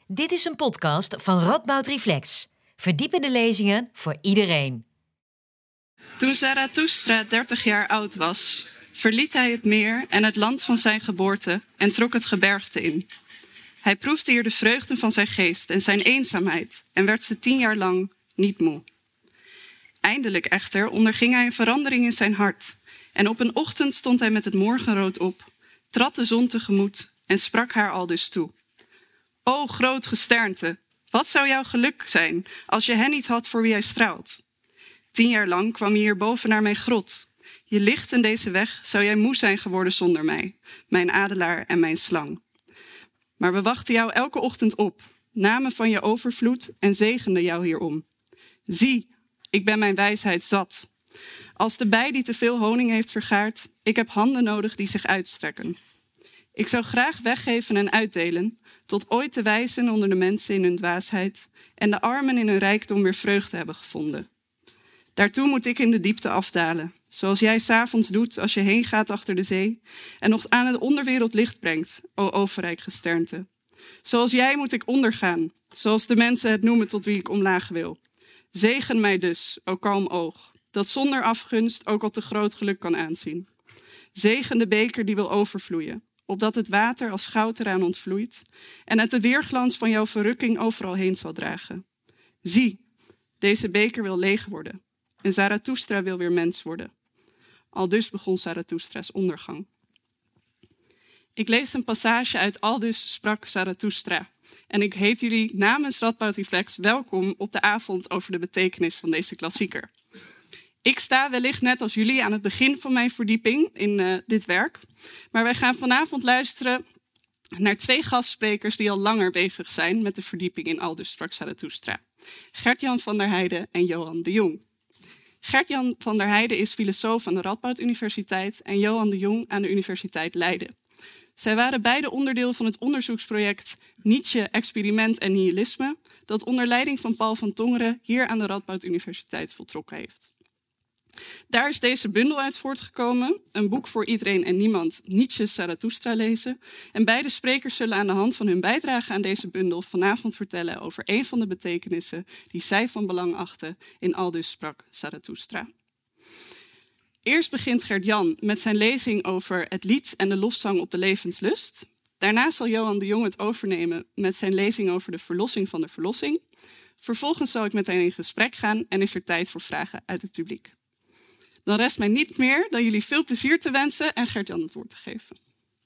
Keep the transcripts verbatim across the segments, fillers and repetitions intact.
Dit is een podcast van Radboud Reflex. Verdiepende lezingen voor iedereen. Toen Zarathustra dertig jaar oud was, verliet hij het meer en het land van zijn geboorte en trok het gebergte in. Hij proefde hier de vreugden van zijn geest en zijn eenzaamheid en werd ze tien jaar lang niet moe. Eindelijk echter onderging hij een verandering in zijn hart en op een ochtend stond hij met het morgenrood op, trad de zon tegemoet en sprak haar aldus toe. O groot gesternte, wat zou jouw geluk zijn als je hen niet had voor wie hij straalt? Tien jaar lang kwam je hierboven naar mijn grot. Je licht in deze weg zou jij moe zijn geworden zonder mij, mijn adelaar en mijn slang. Maar we wachten jou elke ochtend op, namen van je overvloed en zegenden jou hierom. Zie, ik ben mijn wijsheid zat. Als de bij die te veel honing heeft vergaard, ik heb handen nodig die zich uitstrekken. Ik zou graag weggeven en uitdelen, tot ooit de wijzen onder de mensen in hun dwaasheid en de armen in hun rijkdom weer vreugde hebben gevonden. Daartoe moet ik in de diepte afdalen, zoals jij 's avonds doet als je heen gaat achter de zee en nog aan de onderwereld licht brengt, o overrijk gesternte. Zoals jij moet ik ondergaan, zoals de mensen het noemen tot wie ik omlaag wil. Zegen mij dus, o kalm oog, dat zonder afgunst ook al te groot geluk kan aanzien. Zegen de beker die wil overvloeien, opdat het water als goud eraan ontvloeit en het de weerglans van jouw verrukking overal heen zal dragen. Zie, deze beker wil leeg worden en Zarathustra wil weer mens worden. Aldus begon Zarathustra's ondergang. Ik lees een passage uit Aldus sprak Zarathustra en ik heet jullie namens Radboud Reflex welkom op de avond over de betekenis van deze klassieker. Ik sta wellicht net als jullie aan het begin van mijn verdieping in uh, dit werk. Maar wij gaan vanavond luisteren naar twee gastsprekers die al langer bezig zijn met de verdieping in Aldus sprak Zarathustra. Gert-Jan van der Heijden en Johan de Jong. Gert-Jan van der Heijden is filosoof aan de Radboud Universiteit en Johan de Jong aan de Universiteit Leiden. Zij waren beide onderdeel van het onderzoeksproject Nietzsche, Experiment en Nihilisme, dat onder leiding van Paul van Tongeren hier aan de Radboud Universiteit voltrokken heeft. Daar is deze bundel uit voortgekomen, een boek voor iedereen en niemand, Nietzsche Zarathustra lezen. En beide sprekers zullen aan de hand van hun bijdrage aan deze bundel vanavond vertellen over een van de betekenissen die zij van belang achten in Aldus sprak Zarathustra. Eerst begint Gert-Jan met zijn lezing over het lied en de lofzang op de levenslust. Daarna zal Johan de Jong het overnemen met zijn lezing over de verlossing van de verlossing. Vervolgens zal ik met hen in gesprek gaan en is er tijd voor vragen uit het publiek. Dan rest mij niet meer dan jullie veel plezier te wensen en Gert-Jan het woord te geven.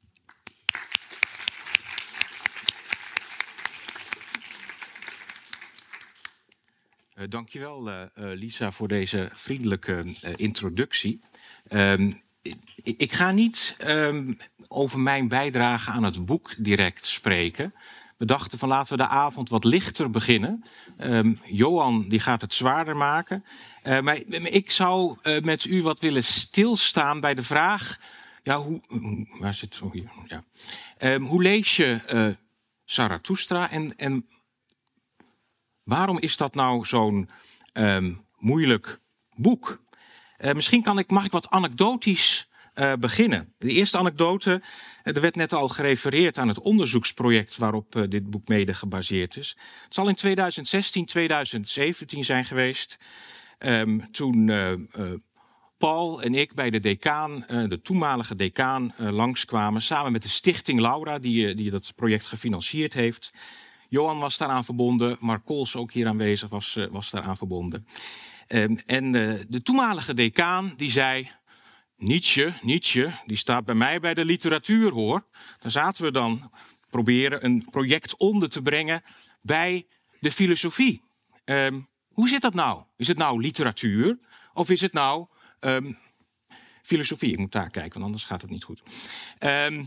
Uh, dankjewel uh, uh, Lisa voor deze vriendelijke uh, introductie. Um, ik, ik ga niet um, over mijn bijdrage aan het boek direct spreken. We dachten van laten we de avond wat lichter beginnen. Um, Johan die gaat het zwaarder maken. Uh, maar ik zou uh, met u wat willen stilstaan bij de vraag. Ja, hoe, waar zit oh, hier, ja. um, hoe lees je uh, Zarathustra en, en waarom is dat nou zo'n um, moeilijk boek? Uh, misschien kan ik, mag ik wat anekdotisch Uh, beginnen. De eerste anekdote, uh, er werd net al gerefereerd aan het onderzoeksproject waarop uh, dit boek mede gebaseerd is. Het zal in tweeduizend zestien, tweeduizend zeventien zijn geweest. Um, toen uh, uh, Paul en ik bij de decaan, uh, de toenmalige decaan, uh, langskwamen. Samen met de Stichting Laura, die, uh, die dat project gefinancierd heeft. Johan was daaraan verbonden. Mark Kools, ook hier aanwezig, was, uh, was daaraan verbonden. Um, en uh, de toenmalige decaan, die zei... Nietzsche, Nietzsche, die staat bij mij bij de literatuur, hoor. Daar zaten we dan proberen een project onder te brengen bij de filosofie. Um, hoe zit dat nou? Is het nou literatuur of is het nou um, filosofie? Ik moet daar kijken, want anders gaat het niet goed. Um,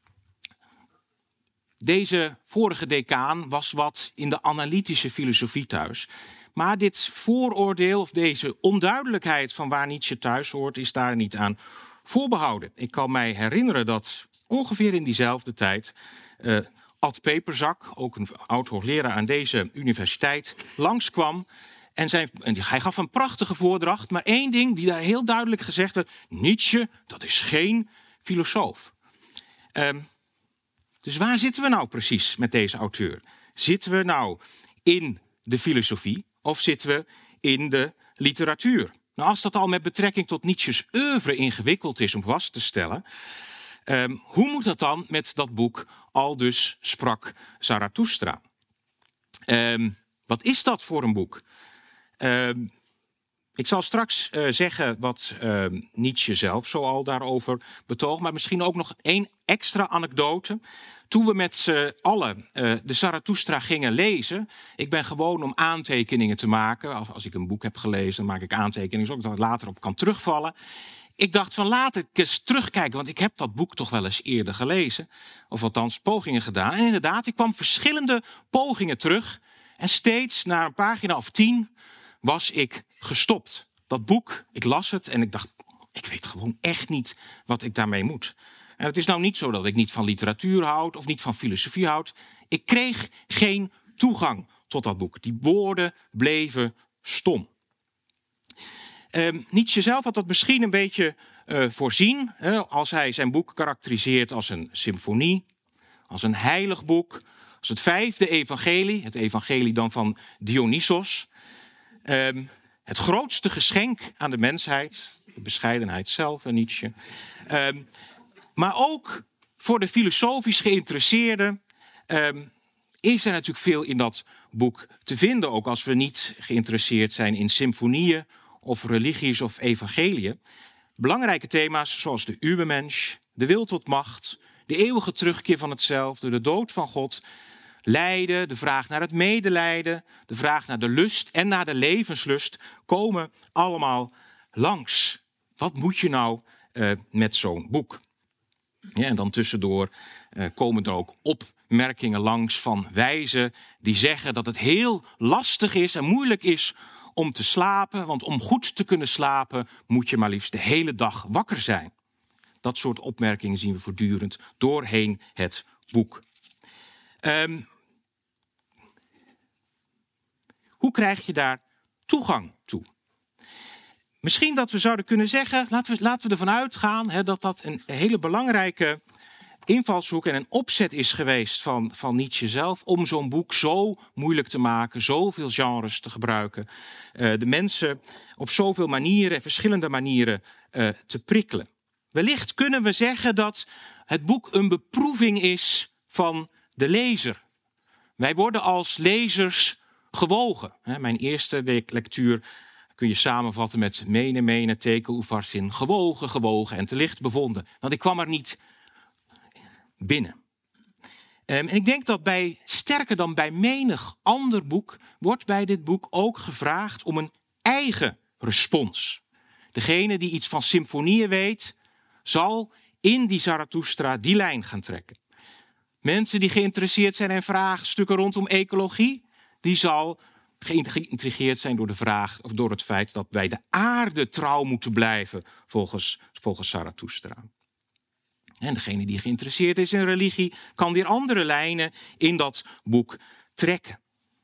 deze vorige decaan was wat in de analytische filosofie thuis. Maar dit vooroordeel of deze onduidelijkheid van waar Nietzsche thuis hoort, is daar niet aan voorbehouden. Ik kan mij herinneren dat ongeveer in diezelfde tijd uh, Ad Peperzak, ook een oud hoogleraar aan deze universiteit, langskwam. En, zijn, en hij gaf een prachtige voordracht, maar één ding die daar heel duidelijk gezegd werd: Nietzsche, dat is geen filosoof. Um, dus waar zitten we nou precies met deze auteur? Zitten we nou in de filosofie of zitten we in de literatuur? Nou, als dat al met betrekking tot Nietzsche's oeuvre ingewikkeld is om vast te stellen, um, hoe moet dat dan met dat boek Aldus sprak Zarathustra? Um, wat is dat voor een boek? Um, ik zal straks uh, zeggen wat uh, Nietzsche zelf zoal daarover betoogt, maar misschien ook nog één extra anekdote. Toen we met z'n allen uh, de Zarathustra gingen lezen, ik ben gewoon om aantekeningen te maken. Als, als ik een boek heb gelezen, dan maak ik aantekeningen, zodat ik daar later op kan terugvallen. Ik dacht van laat ik eens terugkijken, want ik heb dat boek toch wel eens eerder gelezen. Of althans pogingen gedaan. En inderdaad, ik kwam verschillende pogingen terug. En steeds na een pagina of tien was ik gestopt. Dat boek, ik las het en ik dacht, ik weet gewoon echt niet wat ik daarmee moet. En het is nou niet zo dat ik niet van literatuur houd of niet van filosofie houd. Ik kreeg geen toegang tot dat boek. Die woorden bleven stom. Uh, Nietzsche zelf had dat misschien een beetje uh, voorzien. Hè, als hij zijn boek karakteriseert als een symfonie, als een heilig boek, als het vijfde evangelie, het evangelie dan van Dionysos. Uh, het grootste geschenk aan de mensheid, de bescheidenheid zelf van Nietzsche. Uh, maar ook voor de filosofisch geïnteresseerden uh, is er natuurlijk veel in dat boek te vinden. Ook als we niet geïnteresseerd zijn in symfonieën of religies of evangeliën. Belangrijke thema's zoals de Übermensch, de wil tot macht, de eeuwige terugkeer van hetzelfde, de dood van God, lijden, de vraag naar het medelijden, de vraag naar de lust en naar de levenslust komen allemaal langs. Wat moet je nou uh, met zo'n boek? Ja, en dan tussendoor uh, komen er ook opmerkingen langs van wijzen die zeggen dat het heel lastig is en moeilijk is om te slapen, want om goed te kunnen slapen moet je maar liefst de hele dag wakker zijn. Dat soort opmerkingen zien we voortdurend doorheen het boek. Um, hoe krijg je daar toegang toe? Misschien dat we zouden kunnen zeggen, laten we, laten we ervan uitgaan hè, dat dat een hele belangrijke invalshoek en een opzet is geweest van, van Nietzsche zelf om zo'n boek zo moeilijk te maken, zoveel genres te gebruiken, uh, de mensen op zoveel manieren, verschillende manieren uh, te prikkelen. Wellicht kunnen we zeggen dat het boek een beproeving is van de lezer. Wij worden als lezers gewogen. Mijn eerste lectuur kun je samenvatten met mene, mene, tekel, oefarsin. Gewogen, gewogen en te licht bevonden. Want ik kwam er niet binnen. En ik denk dat bij, sterker dan bij menig ander boek, wordt bij dit boek ook gevraagd om een eigen respons. Degene die iets van symfonieën weet, zal in die Zarathustra die lijn gaan trekken. Mensen die geïnteresseerd zijn in vraagstukken rondom ecologie, die zal geïntrigeerd zijn door de vraag of door het feit dat wij de aarde trouw moeten blijven volgens, volgens Zarathustra. En degene die geïnteresseerd is in religie kan weer andere lijnen in dat boek trekken.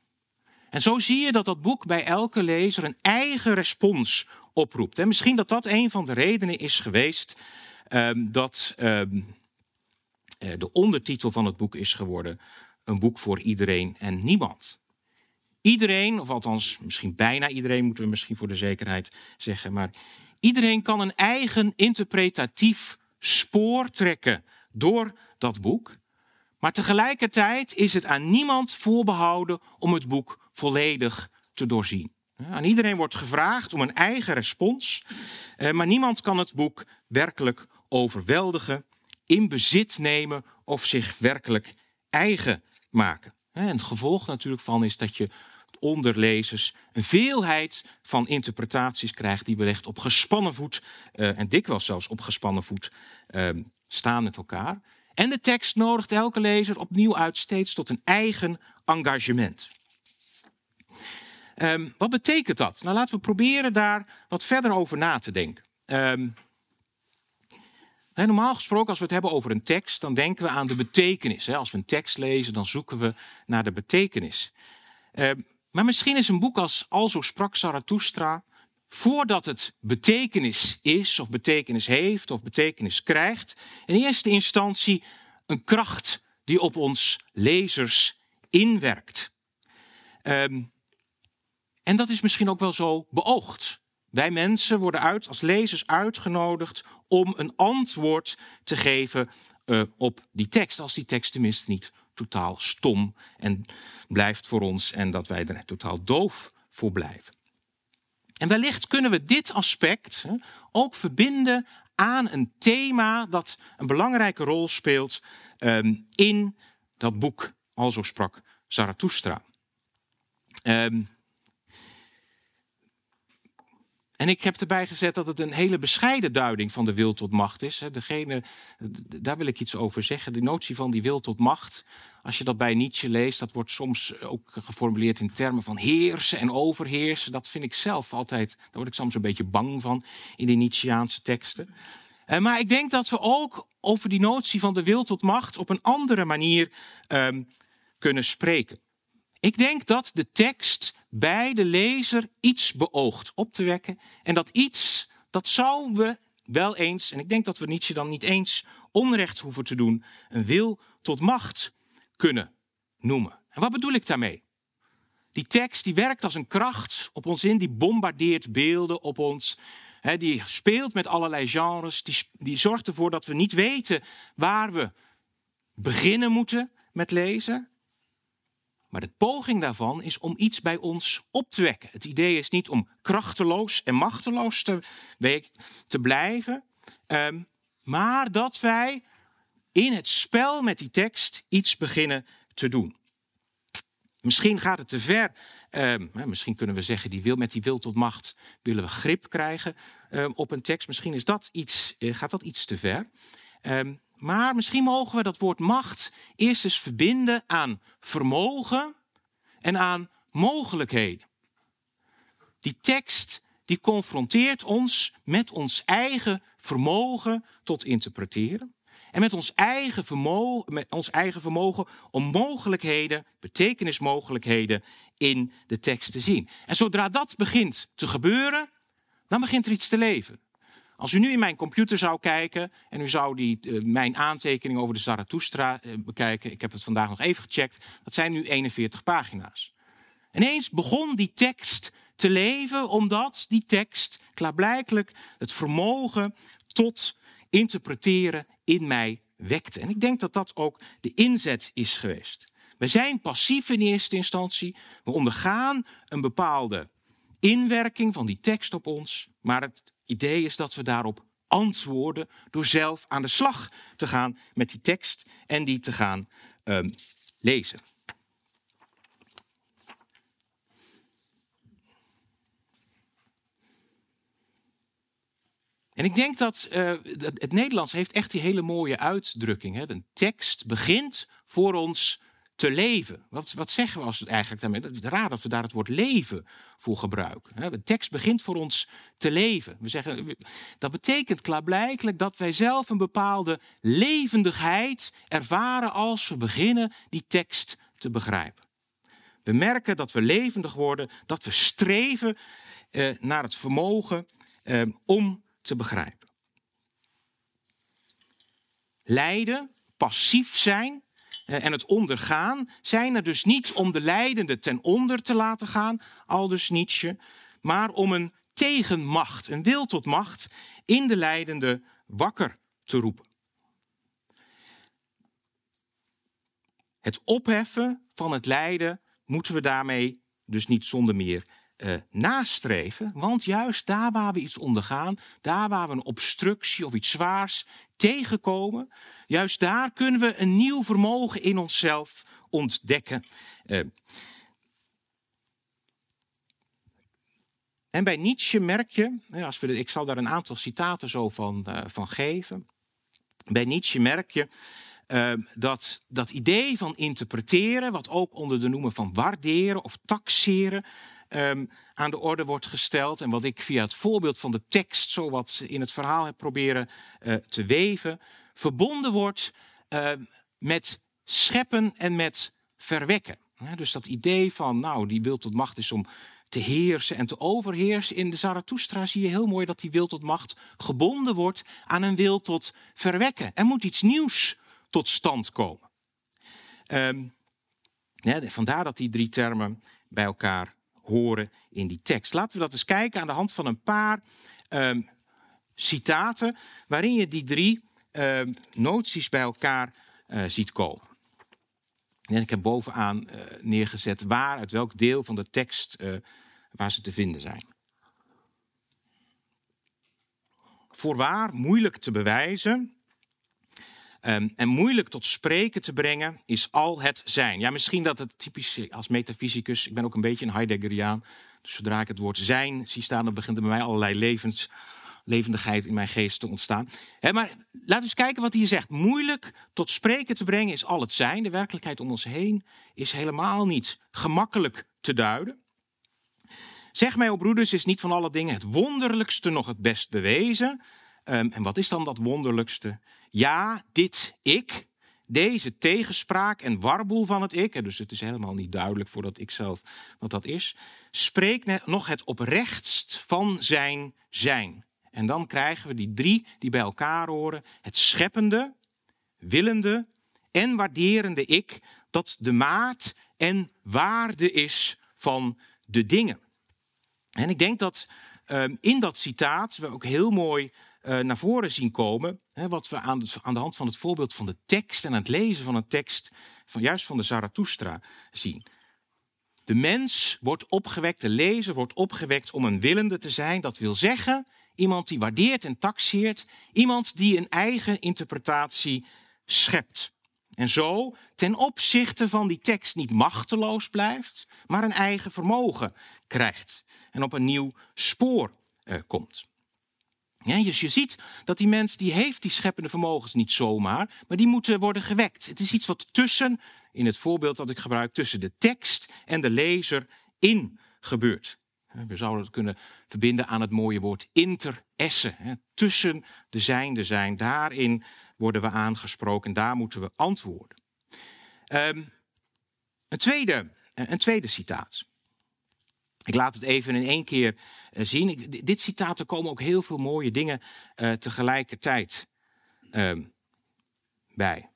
En zo zie je dat dat boek bij elke lezer een eigen respons oproept. En misschien dat dat een van de redenen is geweest um, dat um, de ondertitel van het boek is geworden een boek voor iedereen en niemand. Iedereen, of althans misschien bijna iedereen, moeten we misschien voor de zekerheid zeggen, maar iedereen kan een eigen interpretatief spoor trekken door dat boek. Maar tegelijkertijd is het aan niemand voorbehouden om het boek volledig te doorzien. Aan iedereen wordt gevraagd om een eigen respons, maar niemand kan het boek werkelijk overweldigen, in bezit nemen of zich werkelijk eigen maken. En het gevolg natuurlijk van is dat je onder lezers een veelheid van interpretaties krijgt die wellicht op gespannen voet, uh, en dikwijls zelfs op gespannen voet, uh, staan met elkaar. En de tekst nodigt elke lezer opnieuw uit steeds tot een eigen engagement. Um, wat betekent dat? Nou, laten we proberen daar wat verder over na te denken. Um, Normaal gesproken, als we het hebben over een tekst, dan denken we aan de betekenis. Als we een tekst lezen, dan zoeken we naar de betekenis. Uh, maar misschien is een boek als Alzo sprak Zarathustra, voordat het betekenis is, of betekenis heeft, of betekenis krijgt, in eerste instantie een kracht die op ons lezers inwerkt. Um, en dat is misschien ook wel zo beoogd. Wij mensen worden uit, als lezers uitgenodigd om een antwoord te geven uh, op die tekst. Als die tekst tenminste niet totaal stom en blijft voor ons en dat wij er totaal doof voor blijven. En wellicht kunnen we dit aspect hè, ook verbinden aan een thema dat een belangrijke rol speelt um, in dat boek Alzo sprak Zarathustra. Um, En ik heb erbij gezet dat het een hele bescheiden duiding van de wil tot macht is. Degene, daar wil ik iets over zeggen. De notie van die wil tot macht. Als je dat bij Nietzsche leest, dat wordt soms ook geformuleerd in termen van heersen en overheersen. Dat vind ik zelf altijd, daar word ik soms een beetje bang van in die Nietzscheaanse teksten. Maar ik denk dat we ook over die notie van de wil tot macht op een andere manier um, kunnen spreken. Ik denk dat de tekst bij de lezer iets beoogt op te wekken. En dat iets, dat zouden we wel eens, en ik denk dat we Nietzsche dan niet eens onrecht hoeven te doen, een wil tot macht kunnen noemen. En wat bedoel ik daarmee? Die tekst die werkt als een kracht op ons in, die bombardeert beelden op ons. He, die speelt met allerlei genres, die, die zorgt ervoor dat we niet weten waar we beginnen moeten met lezen. Maar de poging daarvan is om iets bij ons op te wekken. Het idee is niet om krachteloos en machteloos te, te blijven. Um, maar dat wij in het spel met die tekst iets beginnen te doen. Misschien gaat het te ver. Um, misschien kunnen we zeggen, die wil, met die wil tot macht willen we grip krijgen um, op een tekst. Misschien is dat iets, uh, gaat dat iets te ver. Um, Maar misschien mogen we dat woord macht eerst eens verbinden aan vermogen en aan mogelijkheden. Die tekst die confronteert ons met ons eigen vermogen tot interpreteren. En met ons eigen vermogen, met ons eigen vermogen om mogelijkheden, betekenismogelijkheden in de tekst te zien. En zodra dat begint te gebeuren, dan begint er iets te leven. Als u nu in mijn computer zou kijken en u zou die, uh, mijn aantekening over de Zarathustra uh, bekijken. Ik heb het vandaag nog even gecheckt. Dat zijn nu eenenveertig pagina's. Ineens begon die tekst te leven omdat die tekst klaarblijkelijk het vermogen tot interpreteren in mij wekte. En ik denk dat dat ook de inzet is geweest. We zijn passief in eerste instantie. We ondergaan een bepaalde inwerking van die tekst op ons. Maar het idee is dat we daarop antwoorden door zelf aan de slag te gaan met die tekst en die te gaan um, lezen. En ik denk dat uh, het Nederlands heeft echt die hele mooie uitdrukking. Hè? Een tekst begint voor ons te leven. Wat, wat zeggen we als het eigenlijk daarmee? Het is raar dat we daar het woord leven voor gebruiken. Hè? De tekst begint voor ons te leven. We zeggen, dat betekent klaarblijkelijk dat wij zelf een bepaalde levendigheid ervaren als we beginnen die tekst te begrijpen. We merken dat we levendig worden, dat we streven uh, naar het vermogen uh, om te begrijpen. Lijden, passief zijn uh, en het ondergaan zijn er dus niet om de lijdende ten onder te laten gaan, aldus Nietzsche, maar om een tegenmacht, een wil tot macht in de lijdende wakker te roepen. Het opheffen van het lijden moeten we daarmee dus niet zonder meer uh, nastreven. Want juist daar waar we iets ondergaan, daar waar we een obstructie of iets zwaars tegenkomen, juist daar kunnen we een nieuw vermogen in onszelf ontdekken. Uh, en bij Nietzsche merk je, als we, ik zal daar een aantal citaten zo van, uh, van geven. Bij Nietzsche merk je Uh, dat dat idee van interpreteren, wat ook onder de noemer van waarderen of taxeren um, aan de orde wordt gesteld. En wat ik via het voorbeeld van de tekst zo wat in het verhaal heb proberen uh, te weven, verbonden wordt uh, met scheppen en met verwekken. Ja, dus dat idee van, nou, die wil tot macht is om te heersen en te overheersen. In de Zarathustra zie je heel mooi dat die wil tot macht gebonden wordt aan een wil tot verwekken. Er moet iets nieuws tot stand komen. Um, Ja, vandaar dat die drie termen bij elkaar horen in die tekst. Laten we dat eens kijken aan de hand van een paar uh, citaten waarin je die drie uh, noties bij elkaar uh, ziet komen. En ik heb bovenaan uh, neergezet waar, uit welk deel van de tekst uh, waar ze te vinden zijn. Voorwaar, moeilijk te bewijzen um, en moeilijk tot spreken te brengen is al het zijn. Ja, misschien dat het typisch als metafysicus, ik ben ook een beetje een Heideggeriaan, dus zodra ik het woord zijn zie staan, dan begint er bij mij allerlei levens, levendigheid in mijn geest te ontstaan. He, maar laten we eens kijken wat hij hier zegt. Moeilijk tot spreken te brengen is al het zijn. De werkelijkheid om ons heen is helemaal niet gemakkelijk te duiden. Zeg mij, o broeders, is niet van alle dingen het wonderlijkste nog het best bewezen. Um, en wat is dan dat wonderlijkste? Ja, dit ik, deze tegenspraak en warboel van het ik, dus het is helemaal niet duidelijk voor dat ik zelf wat dat is, spreekt nog het oprechtst van zijn zijn. En dan krijgen we die drie die bij elkaar horen. Het scheppende, willende en waarderende ik, dat de maat en waarde is van de dingen. En ik denk dat uh, in dat citaat we ook heel mooi uh, naar voren zien komen, hè, wat we aan de, aan de hand van het voorbeeld van de tekst en het lezen van een tekst, van, juist van de Zarathustra, zien. De mens wordt opgewekt, de lezer wordt opgewekt om een willende te zijn. Dat wil zeggen, iemand die waardeert en taxeert, iemand die een eigen interpretatie schept. En zo ten opzichte van die tekst niet machteloos blijft, maar een eigen vermogen krijgt en op een nieuw spoor uh, komt. Ja, dus je ziet dat die mens die heeft die scheppende vermogens niet zomaar, maar die moeten worden gewekt. Het is iets wat tussen, in het voorbeeld dat ik gebruik, tussen de tekst en de lezer in gebeurt. We zouden het kunnen verbinden aan het mooie woord interesse. Tussen de zijnde zijn, daarin worden we aangesproken en daar moeten we antwoorden. Um, een, tweede, een tweede citaat. Ik laat het even in één keer uh, zien. Ik, dit citaat, er komen ook heel veel mooie dingen uh, tegelijkertijd uh, bij.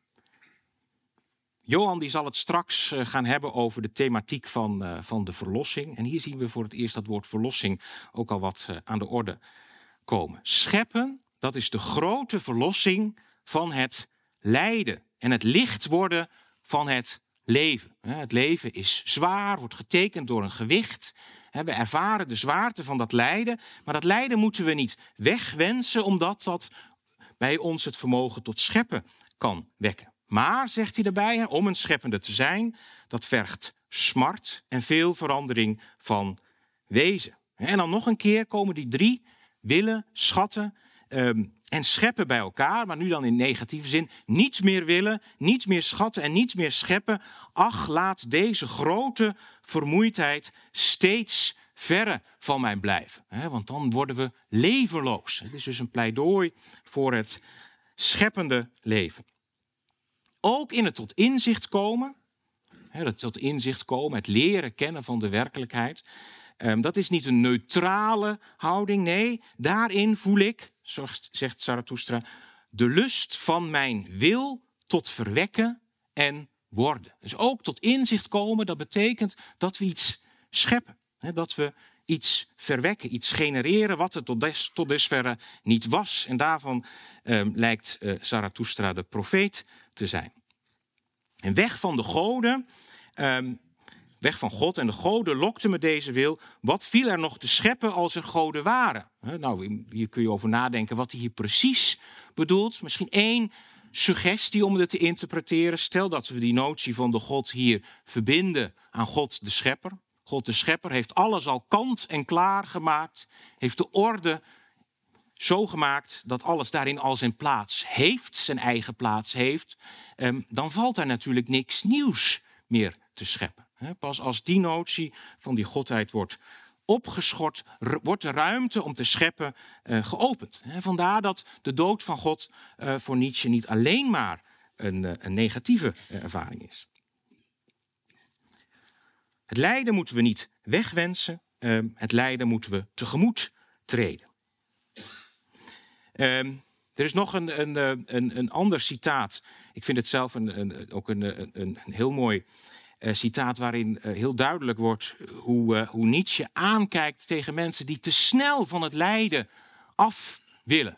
Johan die zal het straks uh, gaan hebben over de thematiek van, uh, van de verlossing. En hier zien we voor het eerst dat woord verlossing ook al wat uh, aan de orde komen. Scheppen, dat is de grote verlossing van het lijden en het licht worden van het leven. Het leven is zwaar, wordt getekend door een gewicht. We ervaren de zwaarte van dat lijden, maar dat lijden moeten we niet wegwensen, omdat dat bij ons het vermogen tot scheppen kan wekken. Maar, zegt hij erbij, om een scheppende te zijn, dat vergt smart en veel verandering van wezen. En dan nog een keer komen die drie willen, schatten um, en scheppen bij elkaar, maar nu dan in negatieve zin. Niets meer willen, niets meer schatten en niets meer scheppen. Ach, laat deze grote vermoeidheid steeds verre van mij blijven. He, want dan worden we levenloos. Het is dus een pleidooi voor het scheppende leven. Ook in het tot inzicht komen, het tot inzicht komen, het leren kennen van de werkelijkheid. Dat is niet een neutrale houding, nee, daarin voel ik, zegt Zarathustra, de lust van mijn wil tot verwekken en worden. Dus ook tot inzicht komen, dat betekent dat we iets scheppen, dat we iets verwekken, iets genereren wat er tot, des, tot desverre niet was. En daarvan uh, lijkt uh, Zarathustra de profeet te zijn. En weg van de goden, um, weg van God en de goden lokte me deze wil. Wat viel er nog te scheppen als er goden waren? He, nou, hier kun je over nadenken wat hij hier precies bedoelt. Misschien één suggestie om het te interpreteren. Stel dat we die notie van de God hier verbinden aan God de Schepper. God de Schepper heeft alles al kant en klaar gemaakt, heeft de orde zo gemaakt dat alles daarin al zijn plaats heeft, zijn eigen plaats heeft. Um, dan valt er natuurlijk niks nieuws meer te scheppen. He, pas als die notie van die godheid wordt opgeschort, r- wordt de ruimte om te scheppen uh, geopend. He, vandaar dat de dood van God uh, voor Nietzsche niet alleen maar een, uh, een negatieve uh, ervaring is. Het lijden moeten we niet wegwensen, uh, het lijden moeten we tegemoet treden. Uh, er is nog een, een, een, een ander citaat. Ik vind het zelf een, een, ook een, een, een heel mooi uh, citaat waarin uh, heel duidelijk wordt hoe, uh, hoe Nietzsche aankijkt tegen mensen die te snel van het lijden af willen.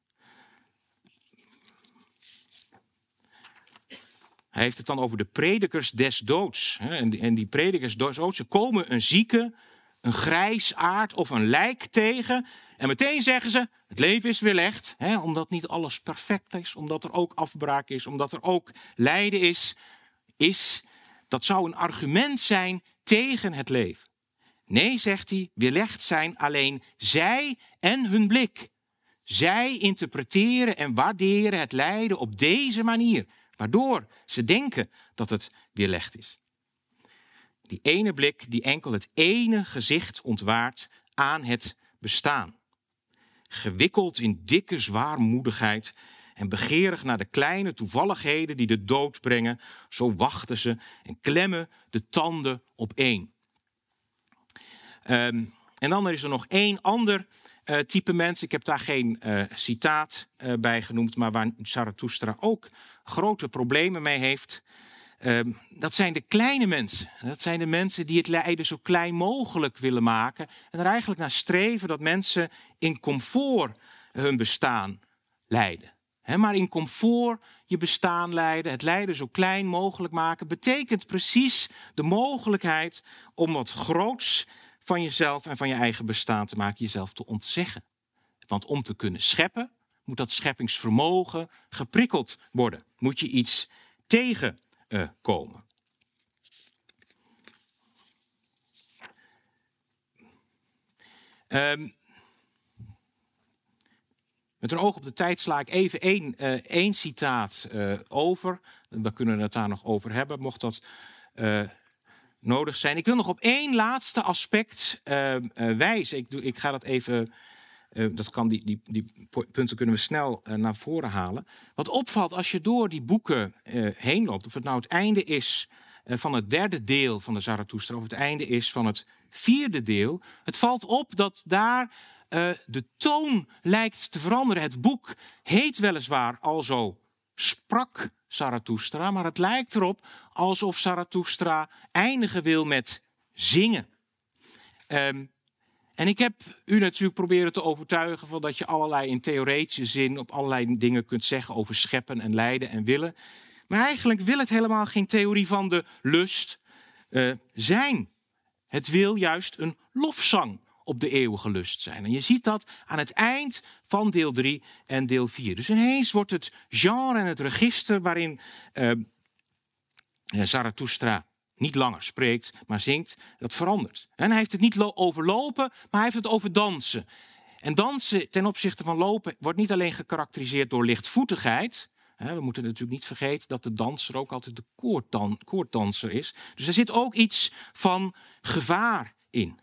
Hij heeft het dan over de predikers des doods. En die, en die predikers des doods, ze komen een zieke, een grijsaard of een lijk tegen. En meteen zeggen ze, het leven is weerlegd. Hè, omdat niet alles perfect is, omdat er ook afbraak is, omdat er ook lijden is. is. Dat zou een argument zijn tegen het leven. Nee, zegt hij, weerlegd zijn alleen zij en hun blik. Zij interpreteren en waarderen het lijden op deze manier, waardoor ze denken dat het weerlegd is. Die ene blik die enkel het ene gezicht ontwaart aan het bestaan. Gewikkeld in dikke zwaarmoedigheid en begeerig naar de kleine toevalligheden die de dood brengen, zo wachten ze en klemmen de tanden opeen. Um, en dan is er nog één ander uh, type mens. Ik heb daar geen uh, citaat uh, bij genoemd, maar waar Zarathustra ook grote problemen mee heeft. Um, dat zijn de kleine mensen. Dat zijn de mensen die het lijden zo klein mogelijk willen maken. En er eigenlijk naar streven dat mensen in comfort hun bestaan leiden. He, maar in comfort je bestaan leiden, het lijden zo klein mogelijk maken, betekent precies de mogelijkheid om wat groots van jezelf en van je eigen bestaan te maken, jezelf te ontzeggen. Want om te kunnen scheppen, moet dat scheppingsvermogen geprikkeld worden. Moet je iets tegenkomen. Uh, um, Met een oog op de tijd sla ik even één, uh, één citaat uh, over. We kunnen het daar nog over hebben, mocht dat uh, nodig zijn. Ik wil nog op één laatste aspect uh, uh, wijzen. Ik, doe, ik ga dat even, uh, dat kan die, die, die punten kunnen we snel uh, naar voren halen. Wat opvalt als je door die boeken uh, heen loopt, of het nou het einde is uh, van het derde deel van de Zarathustra, of het einde is van het vierde deel. Het valt op dat daar Uh, de toon lijkt te veranderen. Het boek heet weliswaar alzo Sprak Zarathustra, maar het lijkt erop alsof Zarathustra eindigen wil met zingen. Um, en ik heb u natuurlijk proberen te overtuigen van dat je allerlei in theoretische zin op allerlei dingen kunt zeggen over scheppen en lijden en willen. Maar eigenlijk wil het helemaal geen theorie van de lust uh, zijn. Het wil juist een lofzang op de eeuwige lust zijn. En je ziet dat aan het eind van deel drie en deel vier. Dus ineens wordt het genre en het register waarin uh, Zarathustra niet langer spreekt, maar zingt, dat verandert. En hij heeft het niet overlopen, maar hij heeft het over dansen. En dansen ten opzichte van lopen wordt niet alleen gekarakteriseerd door lichtvoetigheid. We moeten natuurlijk niet vergeten dat de danser ook altijd de koorddan, koorddanser is. Dus er zit ook iets van gevaar in.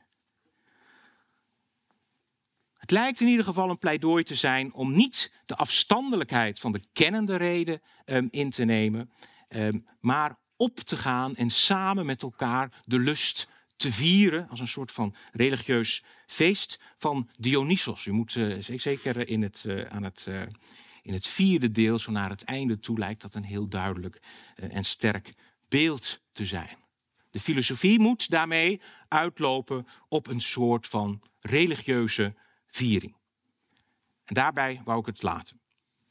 Het lijkt in ieder geval een pleidooi te zijn om niet de afstandelijkheid van de kennende reden um, in te nemen, um, maar op te gaan en samen met elkaar de lust te vieren als een soort van religieus feest van Dionysos. U moet uh, zeker in het, uh, aan het, uh, in het vierde deel, zo naar het einde toe, lijkt dat een heel duidelijk uh, en sterk beeld te zijn. De filosofie moet daarmee uitlopen op een soort van religieuze viering. En daarbij wou ik het laten.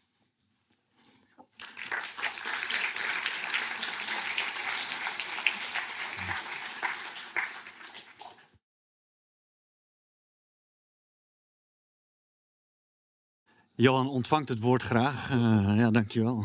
Johan ontvangt het woord graag. Uh, ja, dankjewel.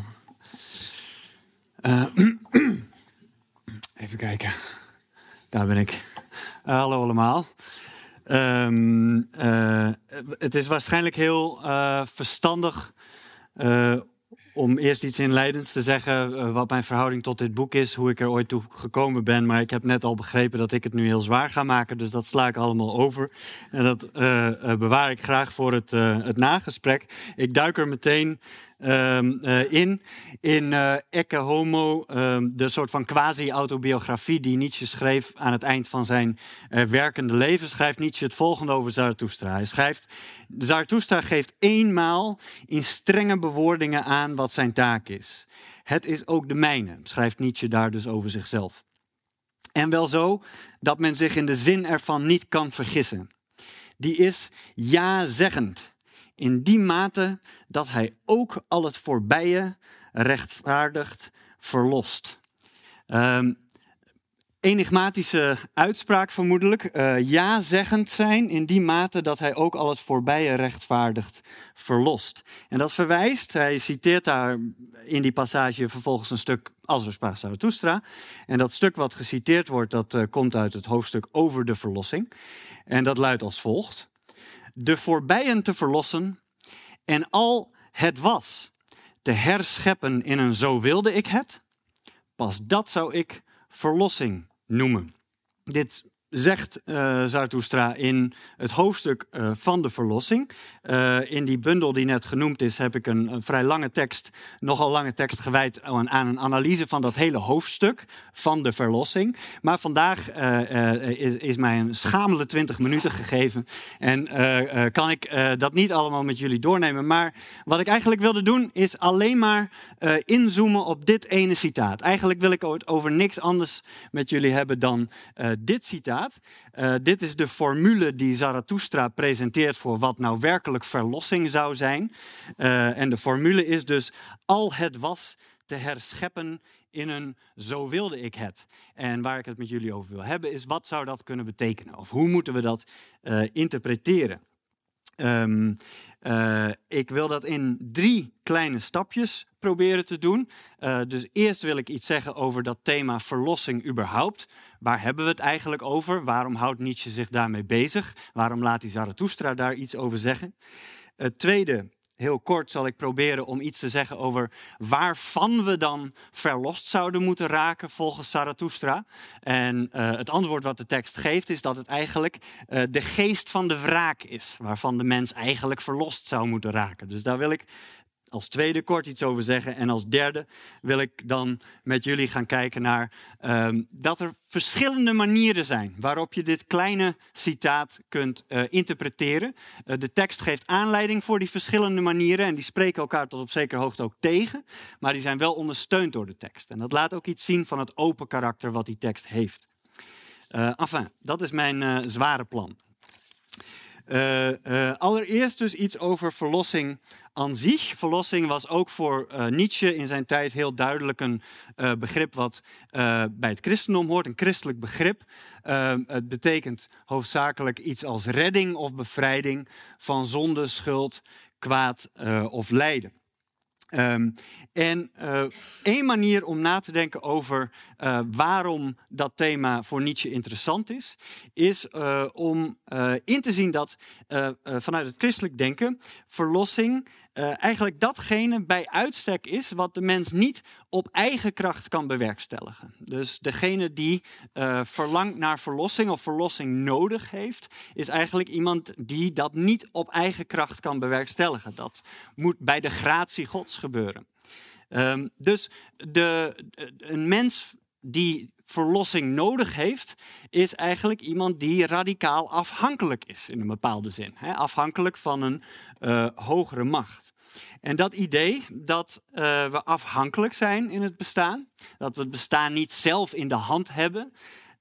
Uh, even kijken. Daar ben ik. Uh, hallo allemaal. Um, uh, het is waarschijnlijk heel uh, verstandig uh, om eerst iets inleidends te zeggen uh, wat mijn verhouding tot dit boek is, hoe ik er ooit toe gekomen ben. Maar ik heb net al begrepen dat ik het nu heel zwaar ga maken, dus dat sla ik allemaal over. En dat uh, uh, bewaar ik graag voor het, uh, het nagesprek. Ik duik er meteen Um, uh, in, in uh, Ecce Homo, um, de soort van quasi-autobiografie die Nietzsche schreef aan het eind van zijn uh, werkende leven, schrijft Nietzsche het volgende over Zarathustra. Hij schrijft, Zarathustra geeft eenmaal in strenge bewoordingen aan wat zijn taak is. Het is ook de mijne, schrijft Nietzsche daar dus over zichzelf. En wel zo dat men zich in de zin ervan niet kan vergissen. Die is ja-zeggend, in die mate dat hij ook al het voorbije rechtvaardigt, verlost. Um, enigmatische uitspraak vermoedelijk. Uh, ja-zeggend zijn in die mate dat hij ook al het voorbije rechtvaardigt, verlost. En dat verwijst, hij citeert daar in die passage vervolgens een stuk Als er sprak Zarathustra. En dat stuk wat geciteerd wordt, dat uh, komt uit het hoofdstuk over de verlossing. En dat luidt als volgt. De voorbijen te verlossen en al het was te herscheppen in een zo wilde ik het. Pas dat zou ik verlossing noemen. Dit zegt uh, Zarathustra in het hoofdstuk uh, van de verlossing. Uh, in die bundel die net genoemd is, heb ik een, een vrij lange tekst, nogal lange tekst gewijd aan, aan een analyse van dat hele hoofdstuk van de verlossing. Maar vandaag uh, uh, is, is mij een schamele twintig minuten gegeven en uh, uh, kan ik uh, dat niet allemaal met jullie doornemen. Maar wat ik eigenlijk wilde doen is alleen maar uh, inzoomen op dit ene citaat. Eigenlijk wil ik het over niks anders met jullie hebben dan uh, dit citaat. Uh, dit is de formule die Zarathustra presenteert voor wat nou werkelijk verlossing zou zijn. Uh, en de formule is dus al het was te herscheppen in een zo wilde ik het. En waar ik het met jullie over wil hebben is wat zou dat kunnen betekenen? Of hoe moeten we dat uh, interpreteren? Um, uh, ik wil dat in drie kleine stapjes proberen te doen. Uh, dus eerst wil ik iets zeggen over dat thema verlossing überhaupt. Waar hebben we het eigenlijk over? Waarom houdt Nietzsche zich daarmee bezig? Waarom laat hij Zarathustra daar iets over zeggen? Het tweede, heel kort zal ik proberen om iets te zeggen over waarvan we dan verlost zouden moeten raken volgens Zarathustra. En uh, het antwoord wat de tekst geeft is dat het eigenlijk uh, de geest van de wraak is. Waarvan de mens eigenlijk verlost zou moeten raken. Dus daar wil ik als tweede kort iets over zeggen. En als derde wil ik dan met jullie gaan kijken naar um, dat er verschillende manieren zijn waarop je dit kleine citaat kunt uh, interpreteren. Uh, de tekst geeft aanleiding voor die verschillende manieren en die spreken elkaar tot op zekere hoogte ook tegen. Maar die zijn wel ondersteund door de tekst. En dat laat ook iets zien van het open karakter wat die tekst heeft. Uh, enfin, dat is mijn uh, zware plan. Uh, uh, allereerst dus iets over verlossing aan zich. Verlossing was ook voor uh, Nietzsche in zijn tijd heel duidelijk een uh, begrip wat uh, bij het christendom hoort, een christelijk begrip. Uh, het betekent hoofdzakelijk iets als redding of bevrijding van zonde, schuld, kwaad uh, of lijden. Um, en uh, één manier om na te denken over uh, waarom dat thema voor Nietzsche interessant is, is uh, om uh, in te zien dat uh, uh, vanuit het christelijk denken verlossing uh, eigenlijk datgene bij uitstek is wat de mens niet op eigen kracht kan bewerkstelligen. Dus degene die uh, verlangt naar verlossing of verlossing nodig heeft, is eigenlijk iemand die dat niet op eigen kracht kan bewerkstelligen. Dat moet bij de gratie Gods gebeuren. Um, dus de, een mens die verlossing nodig heeft, is eigenlijk iemand die radicaal afhankelijk is in een bepaalde zin. Hè? Afhankelijk van een uh, hogere macht. En dat idee dat uh, we afhankelijk zijn in het bestaan, dat we het bestaan niet zelf in de hand hebben,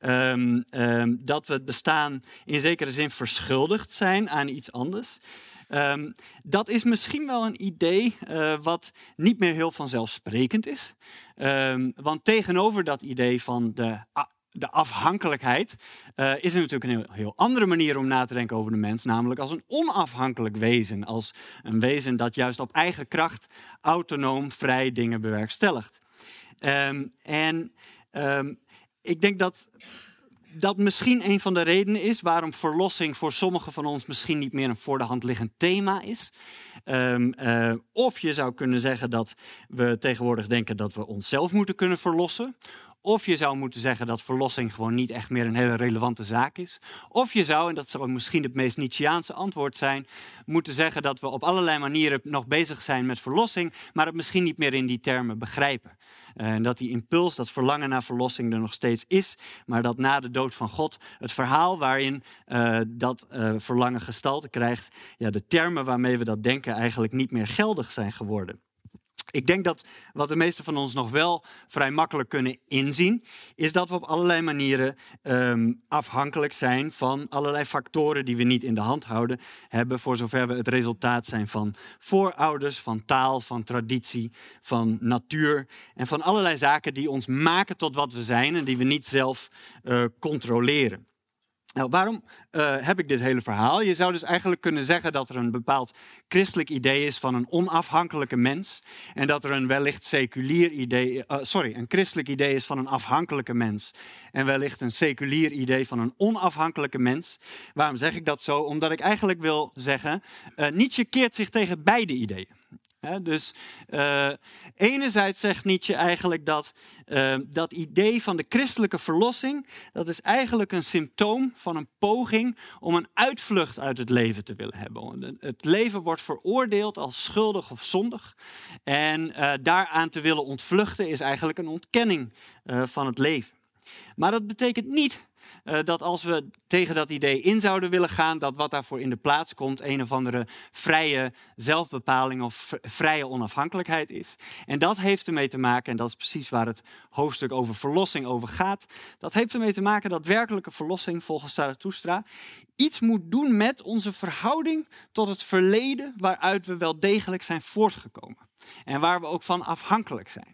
um, um, dat we het bestaan in zekere zin verschuldigd zijn aan iets anders, um, dat is misschien wel een idee uh, wat niet meer heel vanzelfsprekend is. Um, want tegenover dat idee van de De afhankelijkheid uh, is er natuurlijk een heel, heel andere manier om na te denken over de mens. Namelijk als een onafhankelijk wezen. Als een wezen dat juist op eigen kracht autonoom vrij dingen bewerkstelligt. Um, en um, ik denk dat dat misschien een van de redenen is waarom verlossing voor sommigen van ons misschien niet meer een voor de hand liggend thema is. Um, uh, of je zou kunnen zeggen dat we tegenwoordig denken dat we onszelf moeten kunnen verlossen. Of je zou moeten zeggen dat verlossing gewoon niet echt meer een hele relevante zaak is. Of je zou, en dat zou misschien het meest Nietzscheaanse antwoord zijn, moeten zeggen dat we op allerlei manieren nog bezig zijn met verlossing, maar het misschien niet meer in die termen begrijpen. En uh, dat die impuls, dat verlangen naar verlossing er nog steeds is, maar dat na de dood van God het verhaal waarin uh, dat uh, verlangen gestalte krijgt, ja, de termen waarmee we dat denken eigenlijk niet meer geldig zijn geworden. Ik denk dat wat de meesten van ons nog wel vrij makkelijk kunnen inzien, is dat we op allerlei manieren um, afhankelijk zijn van allerlei factoren die we niet in de hand houden hebben, voor zover we het resultaat zijn van voorouders, van taal, van traditie, van natuur en van allerlei zaken die ons maken tot wat we zijn en die we niet zelf uh, controleren. Nou, waarom uh, heb ik dit hele verhaal? Je zou dus eigenlijk kunnen zeggen dat er een bepaald christelijk idee is van een onafhankelijke mens. En dat er een wellicht seculier idee, uh, sorry, een christelijk idee is van een afhankelijke mens. En wellicht een seculier idee van een onafhankelijke mens. Waarom zeg ik dat zo? Omdat ik eigenlijk wil zeggen, uh, Nietzsche keert zich tegen beide ideeën. He, dus uh, enerzijds zegt Nietzsche eigenlijk dat uh, dat idee van de christelijke verlossing, dat is eigenlijk een symptoom van een poging om een uitvlucht uit het leven te willen hebben. Het leven wordt veroordeeld als schuldig of zondig en uh, daaraan te willen ontvluchten is eigenlijk een ontkenning uh, van het leven. Maar dat betekent niet Uh, dat als we tegen dat idee in zouden willen gaan, dat wat daarvoor in de plaats komt een of andere vrije zelfbepaling of v- vrije onafhankelijkheid is. En dat heeft ermee te maken, en dat is precies waar het hoofdstuk over verlossing over gaat, dat heeft ermee te maken dat werkelijke verlossing volgens Zarathustra iets moet doen met onze verhouding tot het verleden waaruit we wel degelijk zijn voortgekomen. En waar we ook van afhankelijk zijn.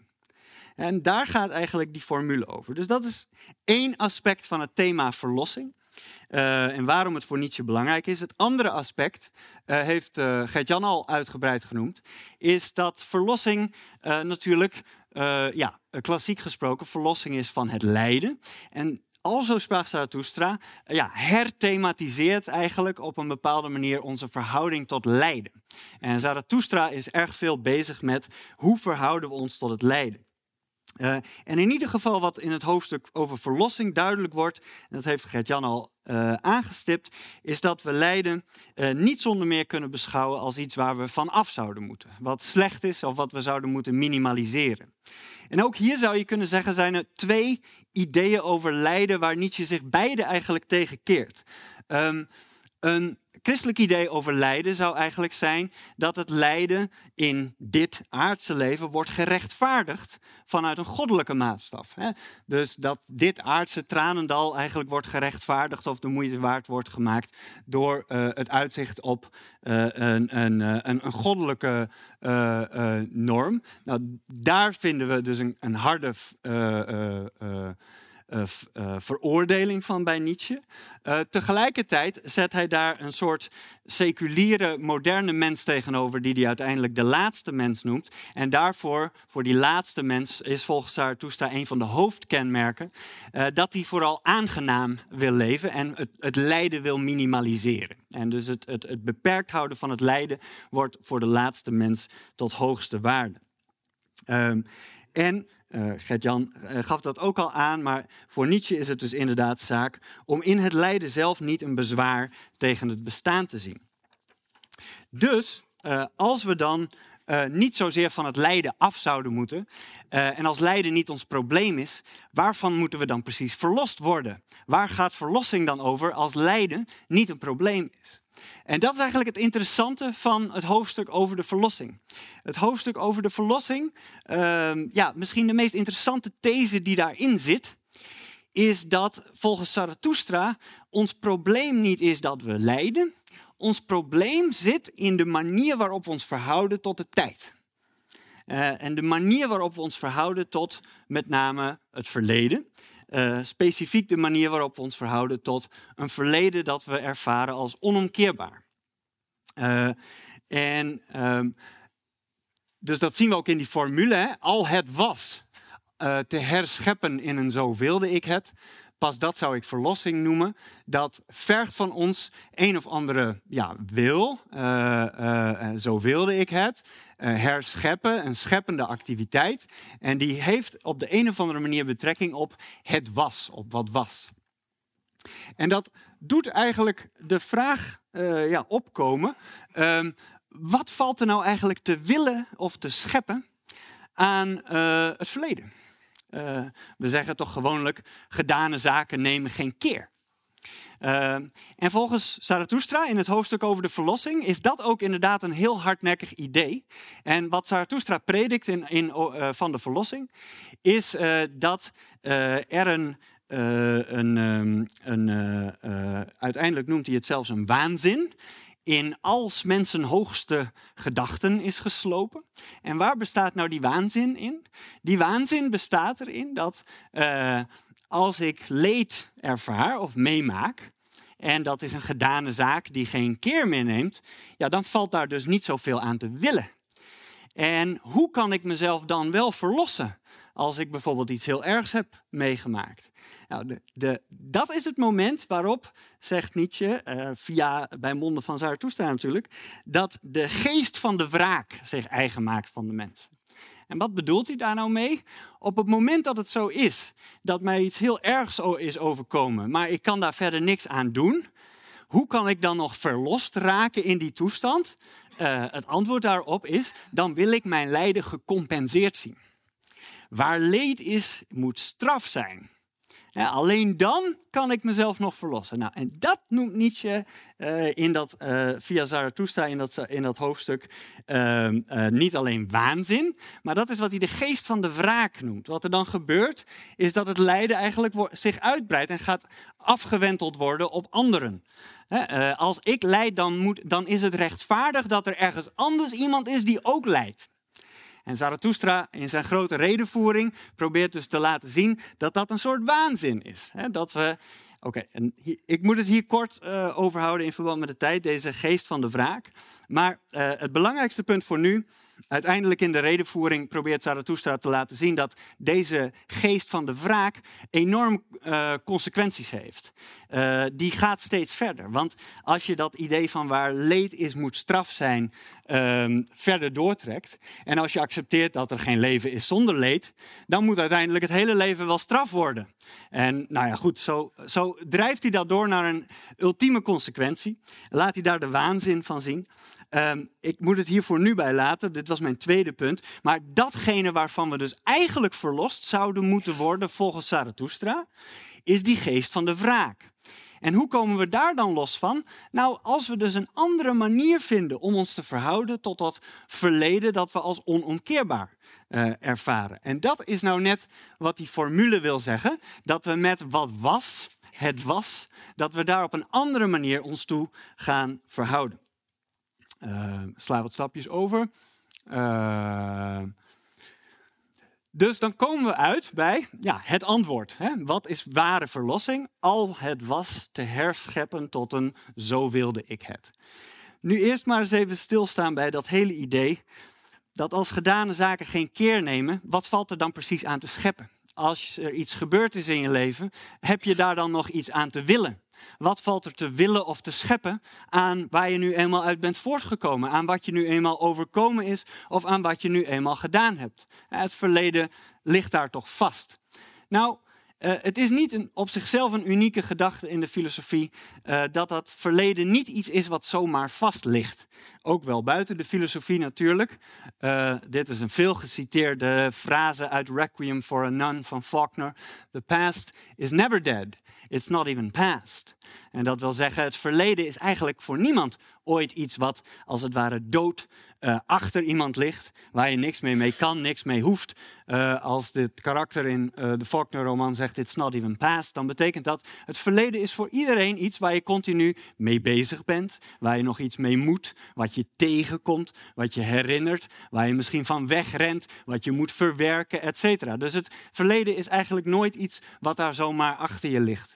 En daar gaat eigenlijk die formule over. Dus dat is één aspect van het thema verlossing. Uh, en waarom het voor Nietzsche belangrijk is. Het andere aspect, uh, heeft uh, Gert-Jan al uitgebreid genoemd, is dat verlossing uh, natuurlijk, uh, ja, klassiek gesproken, verlossing is van het lijden. En alzo sprak Zarathustra, uh, ja, herthematiseert eigenlijk op een bepaalde manier onze verhouding tot lijden. En Zarathustra is erg veel bezig met hoe verhouden we ons tot het lijden. Uh, en in ieder geval wat in het hoofdstuk over verlossing duidelijk wordt, en dat heeft Gert-Jan al uh, aangestipt, is dat we lijden uh, niet zonder meer kunnen beschouwen als iets waar we van af zouden moeten. Wat slecht is of wat we zouden moeten minimaliseren. En ook hier zou je kunnen zeggen, zijn er twee ideeën over lijden waar Nietzsche zich beide eigenlijk tegen keert. Um, een christelijk idee over lijden zou eigenlijk zijn dat het lijden in dit aardse leven wordt gerechtvaardigd vanuit een goddelijke maatstaf. Hè? Dus dat dit aardse tranendal eigenlijk wordt gerechtvaardigd of de moeite waard wordt gemaakt door uh, het uitzicht op uh, een, een, een, een goddelijke uh, uh, norm. Nou, daar vinden we dus een, een harde Uh, uh, uh, Uh, uh, veroordeling van bij Nietzsche. Uh, tegelijkertijd zet hij daar een soort seculiere, moderne mens tegenover, die hij uiteindelijk de laatste mens noemt. En daarvoor, voor die laatste mens, is volgens Zarathustra een van de hoofdkenmerken uh, dat hij vooral aangenaam wil leven en het, het lijden wil minimaliseren. En dus het, het, het beperkt houden van het lijden wordt voor de laatste mens tot hoogste waarde. Um, en Uh, Gert-Jan uh, gaf dat ook al aan, maar voor Nietzsche is het dus inderdaad zaak om in het lijden zelf niet een bezwaar tegen het bestaan te zien. Dus uh, als we dan uh, niet zozeer van het lijden af zouden moeten, uh, en als lijden niet ons probleem is, waarvan moeten we dan precies verlost worden? Waar gaat verlossing dan over als lijden niet een probleem is? En dat is eigenlijk het interessante van het hoofdstuk over de verlossing. Het hoofdstuk over de verlossing, uh, ja, misschien de meest interessante these die daarin zit, is dat volgens Zarathustra ons probleem niet is dat we lijden. Ons probleem zit in de manier waarop we ons verhouden tot de tijd. Uh, en de manier waarop we ons verhouden tot met name het verleden. Uh, specifiek de manier waarop we ons verhouden tot een verleden dat we ervaren als onomkeerbaar. Uh, en um, dus dat zien we ook in die formule. Hè? Al het was uh, te herscheppen in een zo wilde ik het. Pas dat zou ik verlossing noemen. Dat vergt van ons een of andere ja, wil. Uh, uh, zo wilde ik het. Uh, herscheppen, een scheppende activiteit. En die heeft op de een of andere manier betrekking op het was, op wat was. En dat doet eigenlijk de vraag uh, ja, opkomen. Uh, wat valt er nou eigenlijk te willen of te scheppen aan uh, het verleden? Uh, we zeggen toch gewoonlijk, gedane zaken nemen geen keer. Uh, en volgens Zarathustra in het hoofdstuk over de verlossing is dat ook inderdaad een heel hardnekkig idee. En wat Zarathustra predikt in, in, uh, van de verlossing is uh, dat uh, er een, uh, een, um, een uh, uh, uiteindelijk noemt hij het zelfs een waanzin, in als mensen hoogste gedachten is geslopen. En waar bestaat nou die waanzin in? Die waanzin bestaat erin dat uh, als ik leed ervaar of meemaak, en dat is een gedane zaak die geen keer meer neemt, ja, dan valt daar dus niet zoveel aan te willen. En hoe kan ik mezelf dan wel verlossen als ik bijvoorbeeld iets heel ergs heb meegemaakt? Nou, de, de, dat is het moment waarop, zegt Nietzsche, uh, via, bij monden van Zarathustra natuurlijk, dat de geest van de wraak zich eigen maakt van de mens. En wat bedoelt hij daar nou mee? Op het moment dat het zo is, dat mij iets heel ergs is overkomen, maar ik kan daar verder niks aan doen, hoe kan ik dan nog verlost raken in die toestand? Uh, het antwoord daarop is, dan wil ik mijn lijden gecompenseerd zien. Waar leed is, moet straf zijn. Ja, alleen dan kan ik mezelf nog verlossen. Nou, en dat noemt Nietzsche uh, in dat, uh, via Zarathustra in dat, in dat hoofdstuk uh, uh, niet alleen waanzin, maar dat is wat hij de geest van de wraak noemt. Wat er dan gebeurt, is dat het lijden eigenlijk wo- zich uitbreidt en gaat afgewenteld worden op anderen. He, uh, als ik lijd, dan, moet, dan is het rechtvaardig dat er ergens anders iemand is die ook lijdt. En Zarathustra in zijn grote redenvoering probeert dus te laten zien dat dat een soort waanzin is. He, dat we, oké, okay, ik moet het hier kort uh, overhouden in verband met de tijd, deze geest van de wraak. Maar uh, het belangrijkste punt voor nu, uiteindelijk in de redenvoering probeert Zarathustra te laten zien dat deze geest van de wraak enorm uh, consequenties heeft. Uh, die gaat steeds verder. Want als je dat idee van waar leed is moet straf zijn uh, verder doortrekt, en als je accepteert dat er geen leven is zonder leed, dan moet uiteindelijk het hele leven wel straf worden. En nou ja, goed, zo, zo drijft hij dat door naar een ultieme consequentie. Laat hij daar de waanzin van zien. Um, ik moet het hier voor nu bij laten, dit was mijn tweede punt. Maar datgene waarvan we dus eigenlijk verlost zouden moeten worden volgens Zarathustra, is die geest van de wraak. En hoe komen we daar dan los van? Nou, als we dus een andere manier vinden om ons te verhouden tot dat verleden dat we als onomkeerbaar uh, ervaren. En dat is nou net wat die formule wil zeggen, dat we met wat was, het was, dat we daar op een andere manier ons toe gaan verhouden. Uh, sla wat stapjes over. Uh, dus dan komen we uit bij ja, het antwoord. Hè? Wat is ware verlossing? Al het was te herscheppen tot een zo wilde ik het. Nu eerst maar eens even stilstaan bij dat hele idee dat als gedane zaken geen keer nemen, wat valt er dan precies aan te scheppen? Als er iets gebeurd is in je leven, heb je daar dan nog iets aan te willen? Wat valt er te willen of te scheppen aan waar je nu eenmaal uit bent voortgekomen? Aan wat je nu eenmaal overkomen is of aan wat je nu eenmaal gedaan hebt? Het verleden ligt daar toch vast. Nou, uh, het is niet een, op zichzelf een unieke gedachte in de filosofie uh, dat dat verleden niet iets is wat zomaar vast ligt. Ook wel buiten de filosofie natuurlijk. Uh, dit is een veel geciteerde frase uit Requiem for a Nun van Faulkner. The past is never dead. It's not even past. En dat wil zeggen, het verleden is eigenlijk voor niemand ooit iets wat als het ware dood uh, achter iemand ligt, waar je niks mee mee kan, niks mee hoeft. Uh, als dit karakter in uh, de Faulkner-roman zegt, it's not even past, dan betekent dat het verleden is voor iedereen iets waar je continu mee bezig bent, waar je nog iets mee moet, wat je tegenkomt, wat je herinnert, waar je misschien van wegrent, wat je moet verwerken, et cetera. Dus het verleden is eigenlijk nooit iets wat daar zomaar achter je ligt.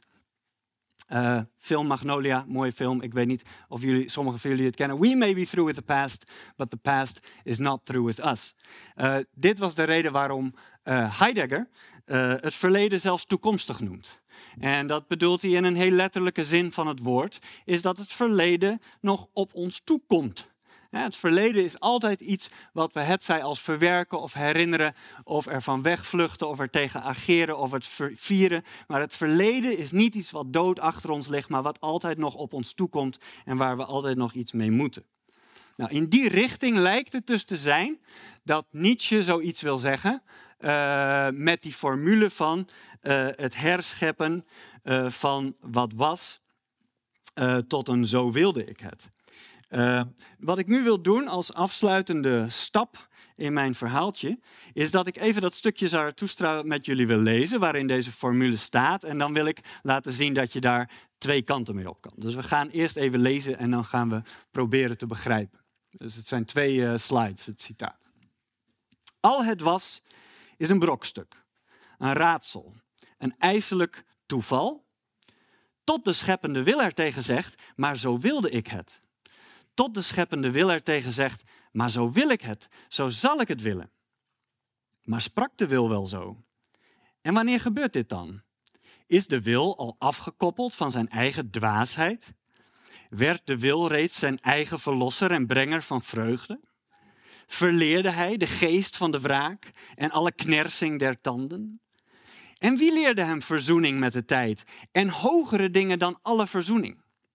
Uh, film Magnolia, mooie film. Ik weet niet of jullie, sommigen van jullie het kennen. We may be through with the past, but the past is not through with us. Uh, dit was de reden waarom uh, Heidegger uh, het verleden zelfs toekomstig noemt. En dat bedoelt hij in een heel letterlijke zin van het woord, is dat het verleden nog op ons toekomt. Ja, het verleden is altijd iets wat we hetzij als verwerken of herinneren of ervan wegvluchten of er tegen ageren of het vieren. Maar het verleden is niet iets wat dood achter ons ligt, maar wat altijd nog op ons toekomt en waar we altijd nog iets mee moeten. Nou, in die richting lijkt het dus te zijn dat Nietzsche zoiets wil zeggen. uh, met die formule van uh, het herscheppen uh, van wat was uh, tot een zo wilde ik het. Uh, wat ik nu wil doen als afsluitende stap in mijn verhaaltje, is dat ik even dat stukje Zarathustra met jullie wil lezen, waarin deze formule staat. En dan wil ik laten zien dat je daar twee kanten mee op kan. Dus we gaan eerst even lezen en dan gaan we proberen te begrijpen. Dus het zijn twee uh, slides, het citaat. Al het was is een brokstuk, een raadsel, een ijselijk toeval. Tot de scheppende wil er tegen zegt, maar zo wilde ik het. Tot de scheppende wil er tegen zegt, maar zo wil ik het, zo zal ik het willen. Maar sprak de wil wel zo? En wanneer gebeurt dit dan? Is de wil al afgekoppeld van zijn eigen dwaasheid? Werd de wil reeds zijn eigen verlosser en brenger van vreugde? Verleerde hij de geest van de wraak en alle knersing der tanden? En wie leerde hem verzoening met de tijd en hogere dingen dan alle verzoening?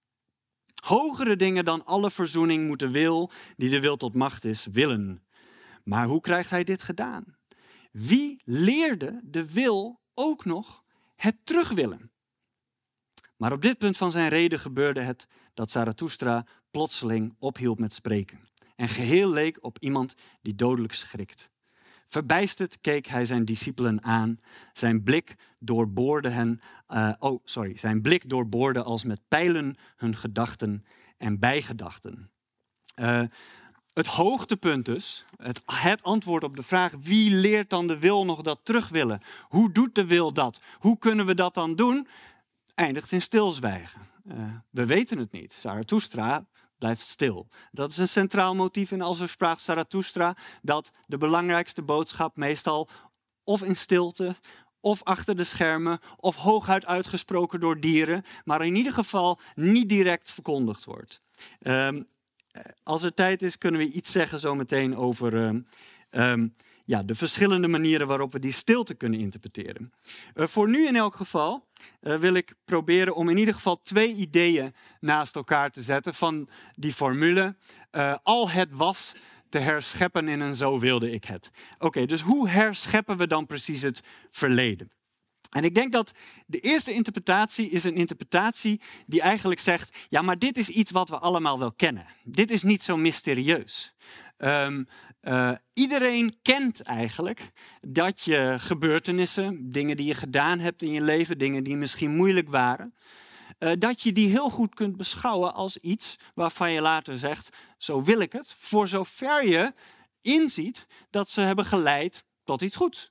Hogere dingen dan alle verzoening moet de wil, die de wil tot macht is, willen. Maar hoe krijgt hij dit gedaan? Wie leerde de wil ook nog het terugwillen? Maar op dit punt van zijn reden gebeurde het dat Zarathustra plotseling ophield met spreken. En geheel leek op iemand die dodelijk schrikt. Verbijsterd keek hij zijn discipelen aan. Zijn blik doorboorde hen. Uh, oh, sorry. Zijn blik doorboorde als met pijlen hun gedachten en bijgedachten. Uh, het hoogtepunt dus, het, het antwoord op de vraag: wie leert dan de wil nog dat terugwillen? Hoe doet de wil dat? Hoe kunnen we dat dan doen? Eindigt in stilzwijgen. Uh, we weten het niet. Zarathustra blijft stil. Dat is een centraal motief in Als er spraak Zarathustra, dat de belangrijkste boodschap meestal of in stilte, of achter de schermen, of hooguit uitgesproken door dieren, maar in ieder geval niet direct verkondigd wordt. Um, als er tijd is, kunnen we iets zeggen zo meteen over um, um, ja, de verschillende manieren waarop we die stilte kunnen interpreteren. Uh, voor nu in elk geval uh, wil ik proberen om in ieder geval twee ideeën naast elkaar te zetten van die formule. Uh, al het was te herscheppen in een zo wilde ik het. Oké, okay, dus hoe herscheppen we dan precies het verleden? En ik denk dat de eerste interpretatie is een interpretatie die eigenlijk zegt: ja, maar dit is iets wat we allemaal wel kennen. Dit is niet zo mysterieus. Um, uh, iedereen kent eigenlijk dat je gebeurtenissen, dingen die je gedaan hebt in je leven, dingen die misschien moeilijk waren, uh, dat je die heel goed kunt beschouwen als iets waarvan je later zegt: zo wil ik het, voor zover je inziet dat ze hebben geleid tot iets goeds.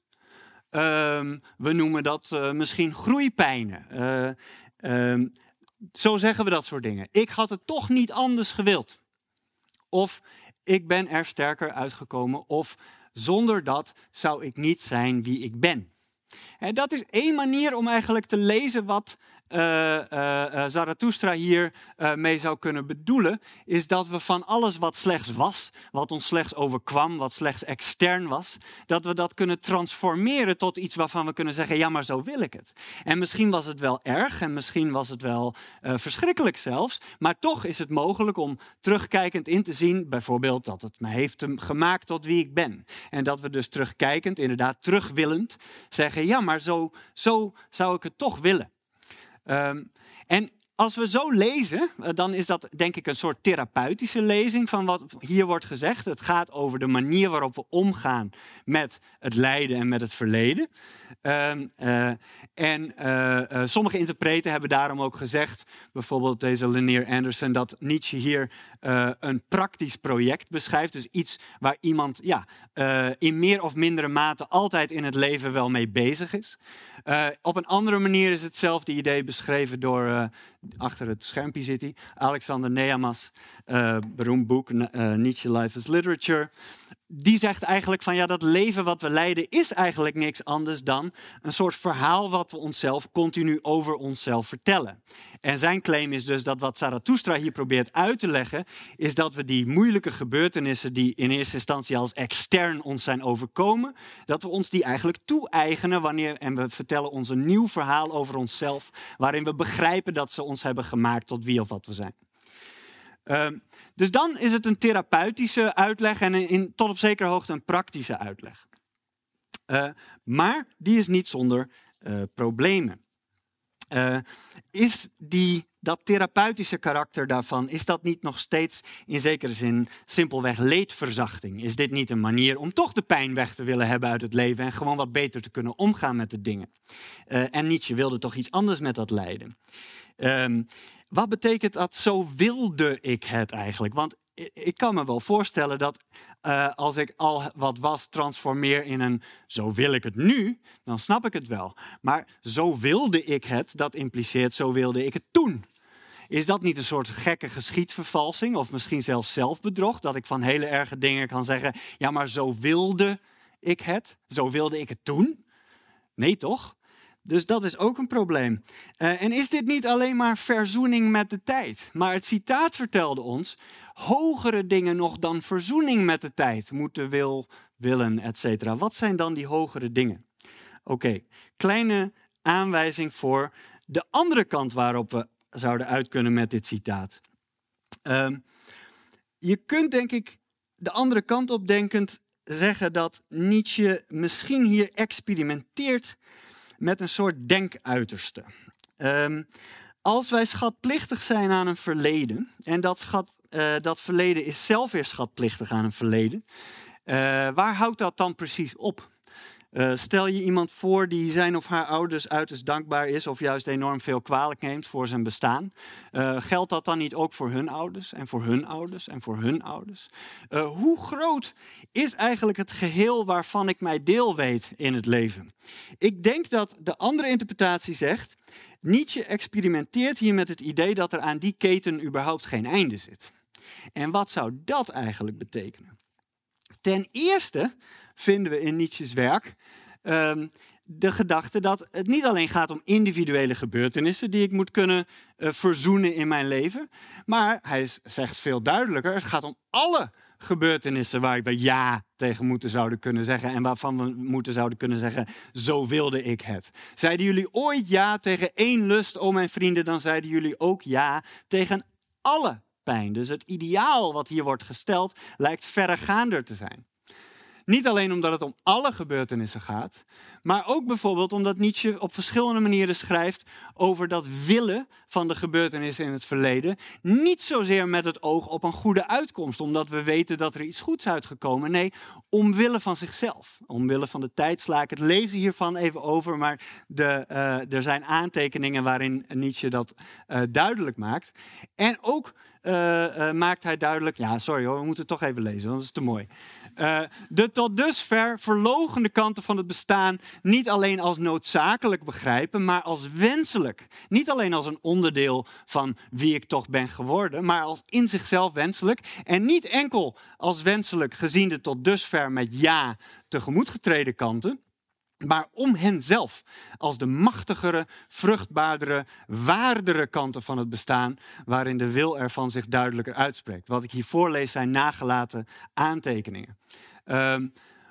Um, we noemen dat uh, misschien groeipijnen. Uh, um, zo zeggen we dat soort dingen. Ik had het toch niet anders gewild. Of ik ben er sterker uitgekomen. Of zonder dat zou ik niet zijn wie ik ben. En dat is één manier om eigenlijk te lezen wat uh, uh, uh, Zarathustra hier uh, mee zou kunnen bedoelen. Is dat we van alles wat slechts was, wat ons slechts overkwam, wat slechts extern was, dat we dat kunnen transformeren tot iets waarvan we kunnen zeggen: ja, maar zo wil ik het. En misschien was het wel erg en misschien was het wel uh, verschrikkelijk zelfs. Maar toch is het mogelijk om terugkijkend in te zien, bijvoorbeeld dat het me heeft gemaakt tot wie ik ben. En dat we dus terugkijkend, inderdaad terugwillend, zeggen: ja, maar zo, zo zou ik het toch willen. Um, en als we zo lezen, dan is dat denk ik een soort therapeutische lezing van wat hier wordt gezegd. Het gaat over de manier waarop we omgaan met het lijden en met het verleden. Um, uh, en uh, uh, sommige interpreten hebben daarom ook gezegd, bijvoorbeeld deze Lanier Anderson, dat Nietzsche hier uh, een praktisch project beschrijft. Dus iets waar iemand ja, uh, in meer of mindere mate altijd in het leven wel mee bezig is. Uh, op een andere manier is hetzelfde idee beschreven door, uh, achter het schermpje zit hij, Alexander Nehamas, uh, beroemd boek, uh, Nietzsche Life as Literature. Die zegt eigenlijk van ja, dat leven wat we leiden is eigenlijk niks anders dan een soort verhaal wat we onszelf continu over onszelf vertellen. En zijn claim is dus dat wat Zarathustra hier probeert uit te leggen, is dat we die moeilijke gebeurtenissen die in eerste instantie als extern ons zijn overkomen, dat we ons die eigenlijk toe-eigenen wanneer, en we vertellen ons een nieuw verhaal over onszelf, waarin we begrijpen dat ze ons hebben gemaakt tot wie of wat we zijn. Um, dus dan is het een therapeutische uitleg en in, tot op zekere hoogte een praktische uitleg. Uh, maar die is niet zonder uh, problemen. Uh, is die, dat therapeutische karakter daarvan, is dat niet nog steeds in zekere zin simpelweg leedverzachting? Is dit niet een manier om toch de pijn weg te willen hebben uit het leven en gewoon wat beter te kunnen omgaan met de dingen? Uh, en Nietzsche wilde toch iets anders met dat lijden. Um, wat betekent dat, zo wilde ik het eigenlijk? Want ik kan me wel voorstellen dat uh, als ik al wat was transformeer in een zo wil ik het nu, dan snap ik het wel. Maar zo wilde ik het, dat impliceert zo wilde ik het toen. Is dat niet een soort gekke geschiedvervalsing of misschien zelfs zelfbedrog? Dat ik van hele erge dingen kan zeggen, ja maar zo wilde ik het, zo wilde ik het toen? Nee toch? Dus dat is ook een probleem. Uh, en is dit niet alleen maar verzoening met de tijd? Maar het citaat vertelde ons, hogere dingen nog dan verzoening met de tijd. Moeten, wil, willen, et cetera. Wat zijn dan die hogere dingen? Oké, okay, kleine aanwijzing voor de andere kant waarop we zouden uit kunnen met dit citaat. Uh, je kunt denk ik de andere kant op denkend zeggen dat Nietzsche misschien hier experimenteert met een soort denkuiterste. Um, als wij schatplichtig zijn aan een verleden, en dat, schat, uh, dat verleden is zelf weer schatplichtig aan een verleden, uh, waar houdt dat dan precies op? Uh, stel je iemand voor die zijn of haar ouders uiterst dankbaar is of juist enorm veel kwalijk neemt voor zijn bestaan. Uh, geldt dat dan niet ook voor hun ouders en voor hun ouders en voor hun ouders? Uh, hoe groot is eigenlijk het geheel waarvan ik mij deel weet in het leven? Ik denk dat de andere interpretatie zegt, Nietzsche experimenteert hier met het idee dat er aan die keten überhaupt geen einde zit. En wat zou dat eigenlijk betekenen? Ten eerste vinden we in Nietzsches werk um, de gedachte dat het niet alleen gaat om individuele gebeurtenissen die ik moet kunnen uh, verzoenen in mijn leven, maar hij zegt veel duidelijker, het gaat om alle gebeurtenissen waar we ja tegen moeten zouden kunnen zeggen en waarvan we moeten zouden kunnen zeggen, zo wilde ik het. Zeiden jullie ooit ja tegen één lust, o mijn vrienden, dan zeiden jullie ook ja tegen alle pijn. Dus het ideaal wat hier wordt gesteld lijkt verregaander te zijn. Niet alleen omdat het om alle gebeurtenissen gaat, maar ook bijvoorbeeld omdat Nietzsche op verschillende manieren schrijft over dat willen van de gebeurtenissen in het verleden. Niet zozeer met het oog op een goede uitkomst, omdat we weten dat er iets goeds uitgekomen. Nee, omwille van zichzelf. Omwille van de tijd sla ik het lezen hiervan even over, maar de, uh, er zijn aantekeningen waarin Nietzsche dat uh, duidelijk maakt. En ook uh, uh, maakt hij duidelijk, ja sorry hoor, we moeten het toch even lezen, want dat is te mooi. Uh, de tot dusver verloochende kanten van het bestaan niet alleen als noodzakelijk begrijpen, maar als wenselijk. Niet alleen als een onderdeel van wie ik toch ben geworden, maar als in zichzelf wenselijk. En niet enkel als wenselijk gezien de tot dusver met ja tegemoetgetreden kanten, maar om hen zelf als de machtigere, vruchtbaardere, waardere kanten van het bestaan, waarin de wil ervan zich duidelijker uitspreekt. Wat ik hier voorlees zijn nagelaten aantekeningen. Um,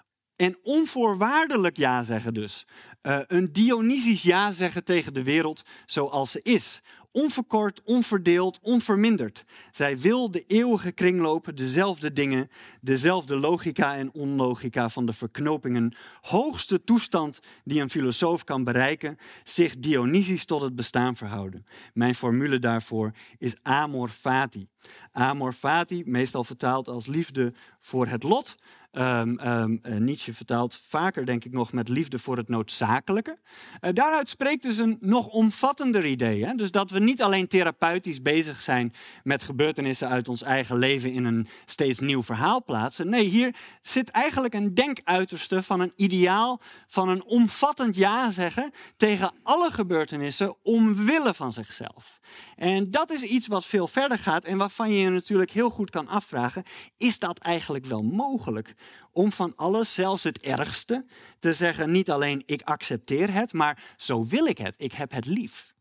en onvoorwaardelijk ja zeggen dus. Uh, een Dionysisch ja zeggen tegen de wereld zoals ze is. Onverkort, onverdeeld, onverminderd. Zij wil de eeuwige kringlopen, dezelfde dingen, dezelfde logica en onlogica van de verknopingen. Hoogste toestand die een filosoof kan bereiken, zich Dionysisch tot het bestaan verhouden. Mijn formule daarvoor is amor fati. Amor fati, meestal vertaald als liefde voor het lot. Um, um, uh, Nietzsche vertaalt vaker, denk ik nog, met liefde voor het noodzakelijke. Uh, daaruit spreekt dus een nog omvattender idee. Hè? Dus dat we niet alleen therapeutisch bezig zijn met gebeurtenissen uit ons eigen leven in een steeds nieuw verhaal plaatsen. Nee, hier zit eigenlijk een denkuiterste van een ideaal, van een omvattend ja zeggen tegen alle gebeurtenissen omwille van zichzelf. En dat is iets wat veel verder gaat en waarvan je je natuurlijk heel goed kan afvragen, is dat eigenlijk wel mogelijk? Om van alles, zelfs het ergste, te zeggen, niet alleen ik accepteer het, maar zo wil ik het, ik heb het lief.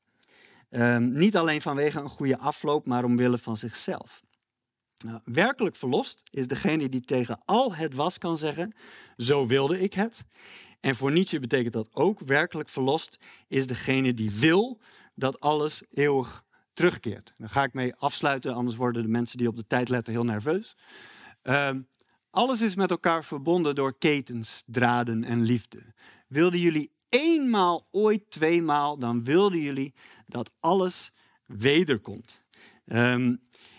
Um, niet alleen vanwege een goede afloop, maar omwille van zichzelf. Nou, werkelijk verlost is degene die tegen al het was kan zeggen, zo wilde ik het. En voor Nietzsche betekent dat ook, werkelijk verlost is degene die wil dat alles eeuwig terugkeert. Daar ga ik mee afsluiten, anders worden de mensen die op de tijd letten heel nerveus. Uh, Alles is met elkaar verbonden door ketens, draden en liefde. Wilden jullie eenmaal, ooit tweemaal, dan wilden jullie dat alles wederkomt. Um,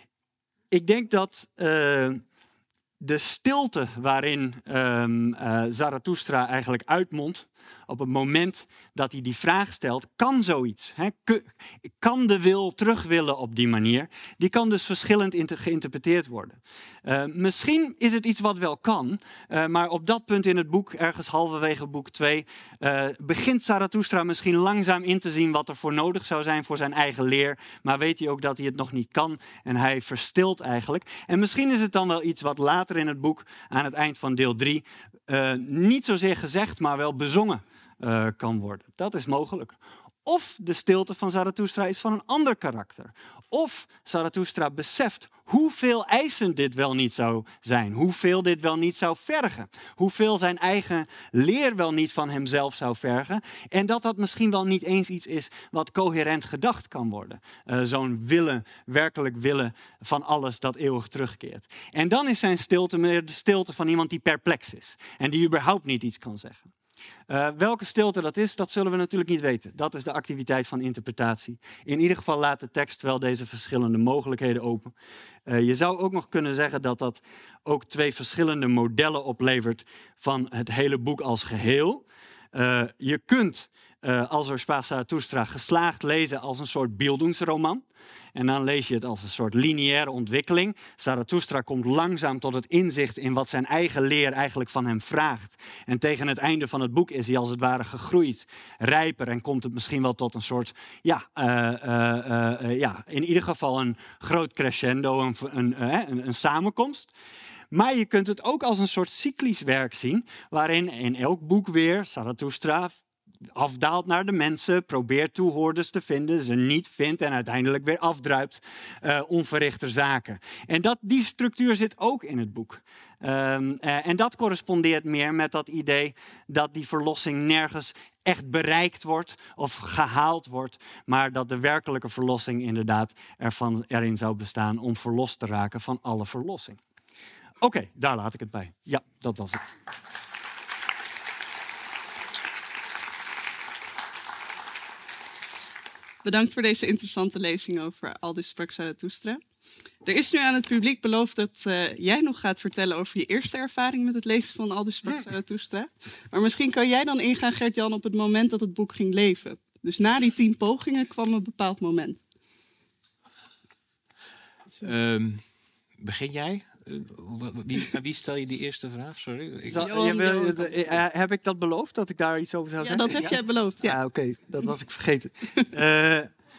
ik denk dat uh, de stilte waarin um, uh, Zarathustra eigenlijk uitmondt, op het moment dat hij die vraag stelt, kan zoiets, hè? Kan de wil terug willen op die manier, die kan dus verschillend inter- geïnterpreteerd worden. Uh, misschien is het iets wat wel kan, uh, maar op dat punt in het boek, ergens halverwege boek twee, uh, begint Zarathustra misschien langzaam in te zien wat er voor nodig zou zijn voor zijn eigen leer, maar weet hij ook dat hij het nog niet kan en hij verstilt eigenlijk. En misschien is het dan wel iets wat later in het boek, aan het eind van deel drie, uh, niet zozeer gezegd, maar wel bezongen Uh, kan worden. Dat is mogelijk. Of de stilte van Zarathustra is van een ander karakter. Of Zarathustra beseft hoeveel eisend dit wel niet zou zijn. Hoeveel dit wel niet zou vergen. Hoeveel zijn eigen leer wel niet van hemzelf zou vergen. En dat dat misschien wel niet eens iets is wat coherent gedacht kan worden. Uh, zo'n willen, werkelijk willen van alles dat eeuwig terugkeert. En dan is zijn stilte meer de stilte van iemand die perplex is. En die überhaupt niet iets kan zeggen. Uh, welke stilte dat is, dat zullen we natuurlijk niet weten. Dat is de activiteit van interpretatie. In ieder geval laat de tekst wel deze verschillende mogelijkheden open. Uh, je zou ook nog kunnen zeggen dat dat ook twee verschillende modellen oplevert van het hele boek als geheel. Uh, je kunt uh, Als er Sprach Zarathustra geslaagd lezen als een soort Bildungsroman. En dan lees je het als een soort lineaire ontwikkeling. Zarathustra komt langzaam tot het inzicht in wat zijn eigen leer eigenlijk van hem vraagt. En tegen het einde van het boek is hij als het ware gegroeid, rijper en komt het misschien wel tot een soort, ja, uh, uh, uh, ja in ieder geval een groot crescendo, een, een, uh, een, een samenkomst. Maar je kunt het ook als een soort cyclisch werk zien, waarin in elk boek weer Zarathustra afdaalt naar de mensen, probeert toehoorders te vinden, ze niet vindt en uiteindelijk weer afdruipt, uh, onverrichter zaken. En dat, die structuur zit ook in het boek. Um, uh, en dat correspondeert meer met dat idee dat die verlossing nergens echt bereikt wordt of gehaald wordt, maar dat de werkelijke verlossing inderdaad ervan, erin zou bestaan om verlost te raken van alle verlossing. Oké, okay, daar laat ik het bij. Ja, dat was het. Bedankt voor deze interessante lezing over Aldus Sprak Zarathustra. Er is nu aan het publiek beloofd dat uh, jij nog gaat vertellen over je eerste ervaring met het lezen van Aldus Sprak Zarathustra. Maar misschien kan jij dan ingaan, Gert-Jan, op het moment dat het boek ging leven. Dus na die tien pogingen kwam een bepaald moment. Um, begin jij? Uh, wie, wie stel je die eerste vraag? Sorry. Ik... Zal, Johan, wil, Johan. Uh, heb ik dat beloofd, dat ik daar iets over zou ja, zeggen? Dat heb ja, dat heb jij beloofd, ja. Ah, Oké, okay. Dat was ik vergeten. uh,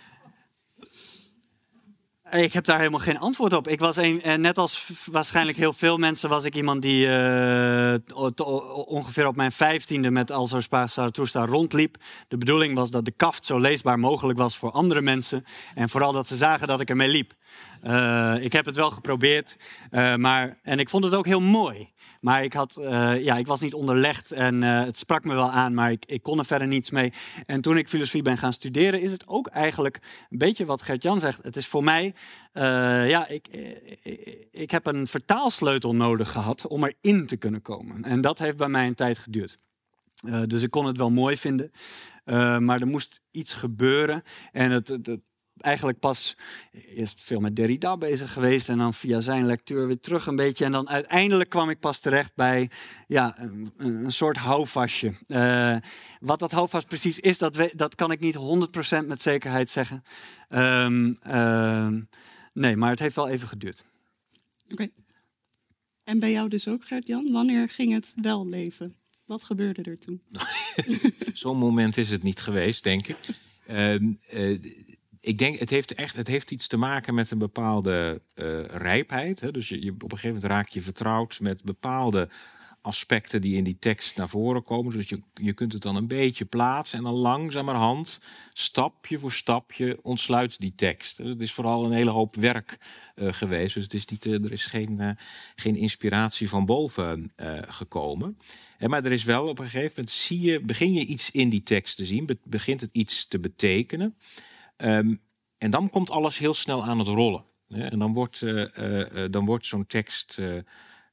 Ik heb daar helemaal geen antwoord op. Ik was een, net als waarschijnlijk heel veel mensen, was ik iemand die uh, ongeveer op mijn vijftiende met Als er Sprach Zarathustra rondliep. De bedoeling was dat de kaft zo leesbaar mogelijk was voor andere mensen. En vooral dat ze zagen dat ik ermee liep. Uh, ik heb het wel geprobeerd, uh, maar, en ik vond het ook heel mooi. Maar ik, had, uh, ja, ik was niet onderlegd en uh, het sprak me wel aan, maar ik, ik kon er verder niets mee. En toen ik filosofie ben gaan studeren, is het ook eigenlijk een beetje wat Gert-Jan zegt. Het is voor mij, uh, ja, ik, ik, ik heb een vertaalsleutel nodig gehad om erin te kunnen komen. En dat heeft bij mij een tijd geduurd. Uh, dus ik kon het wel mooi vinden, uh, maar er moest iets gebeuren. En het... het, het eigenlijk pas eerst veel met Derrida bezig geweest en dan via zijn lectuur weer terug een beetje. En dan uiteindelijk kwam ik pas terecht bij ja, een, een soort houvastje. Uh, wat dat houvast precies is, dat, we, dat kan ik niet honderd procent met zekerheid zeggen. Um, uh, nee, maar het heeft wel even geduurd. Oké. Okay. En bij jou dus ook, Gert-Jan? Wanneer ging het wel leven? Wat gebeurde er toen? Zo'n moment is het niet geweest, denk ik. Uh, uh, Ik denk, het heeft echt het heeft iets te maken met een bepaalde uh, rijpheid. Hè? Dus je, je, op een gegeven moment raak je vertrouwd met bepaalde aspecten die in die tekst naar voren komen. Dus je, je kunt het dan een beetje plaatsen en dan langzamerhand, stapje voor stapje, ontsluit die tekst. Het is vooral een hele hoop werk uh, geweest. Dus het is niet, uh, er is geen, uh, geen inspiratie van boven uh, gekomen. En maar er is wel op een gegeven moment, zie je, begin je iets in die tekst te zien, be- begint het iets te betekenen. Um, en dan komt alles heel snel aan het rollen. Hè? En dan wordt, uh, uh, dan wordt zo'n tekst uh,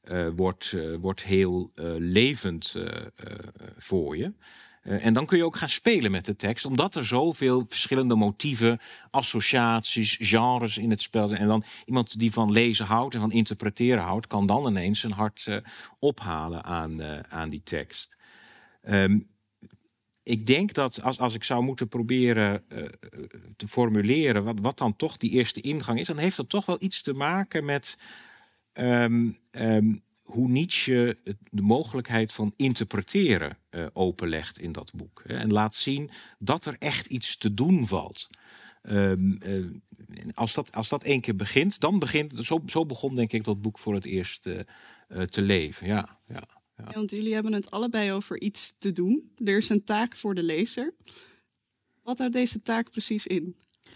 uh, wordt, uh, wordt heel uh, levend uh, uh, voor je. Uh, en dan kun je ook gaan spelen met de tekst, omdat er zoveel verschillende motieven, associaties, genres in het spel zijn. En dan iemand die van lezen houdt en van interpreteren houdt, kan dan ineens zijn hart uh, ophalen aan, uh, aan die tekst. Um, ik denk dat als, als ik zou moeten proberen uh, te formuleren wat, wat dan toch die eerste ingang is, dan heeft dat toch wel iets te maken met um, um, hoe Nietzsche de mogelijkheid van interpreteren uh, openlegt in dat boek. Hè, en laat zien dat er echt iets te doen valt. Um, uh, als, dat, als dat één keer begint, dan begint... Zo, zo begon denk ik dat boek voor het eerst uh, uh, te leven. Ja, ja, ja. Ja, want jullie hebben het allebei over iets te doen. Er is een taak voor de lezer. Wat houdt deze taak precies in?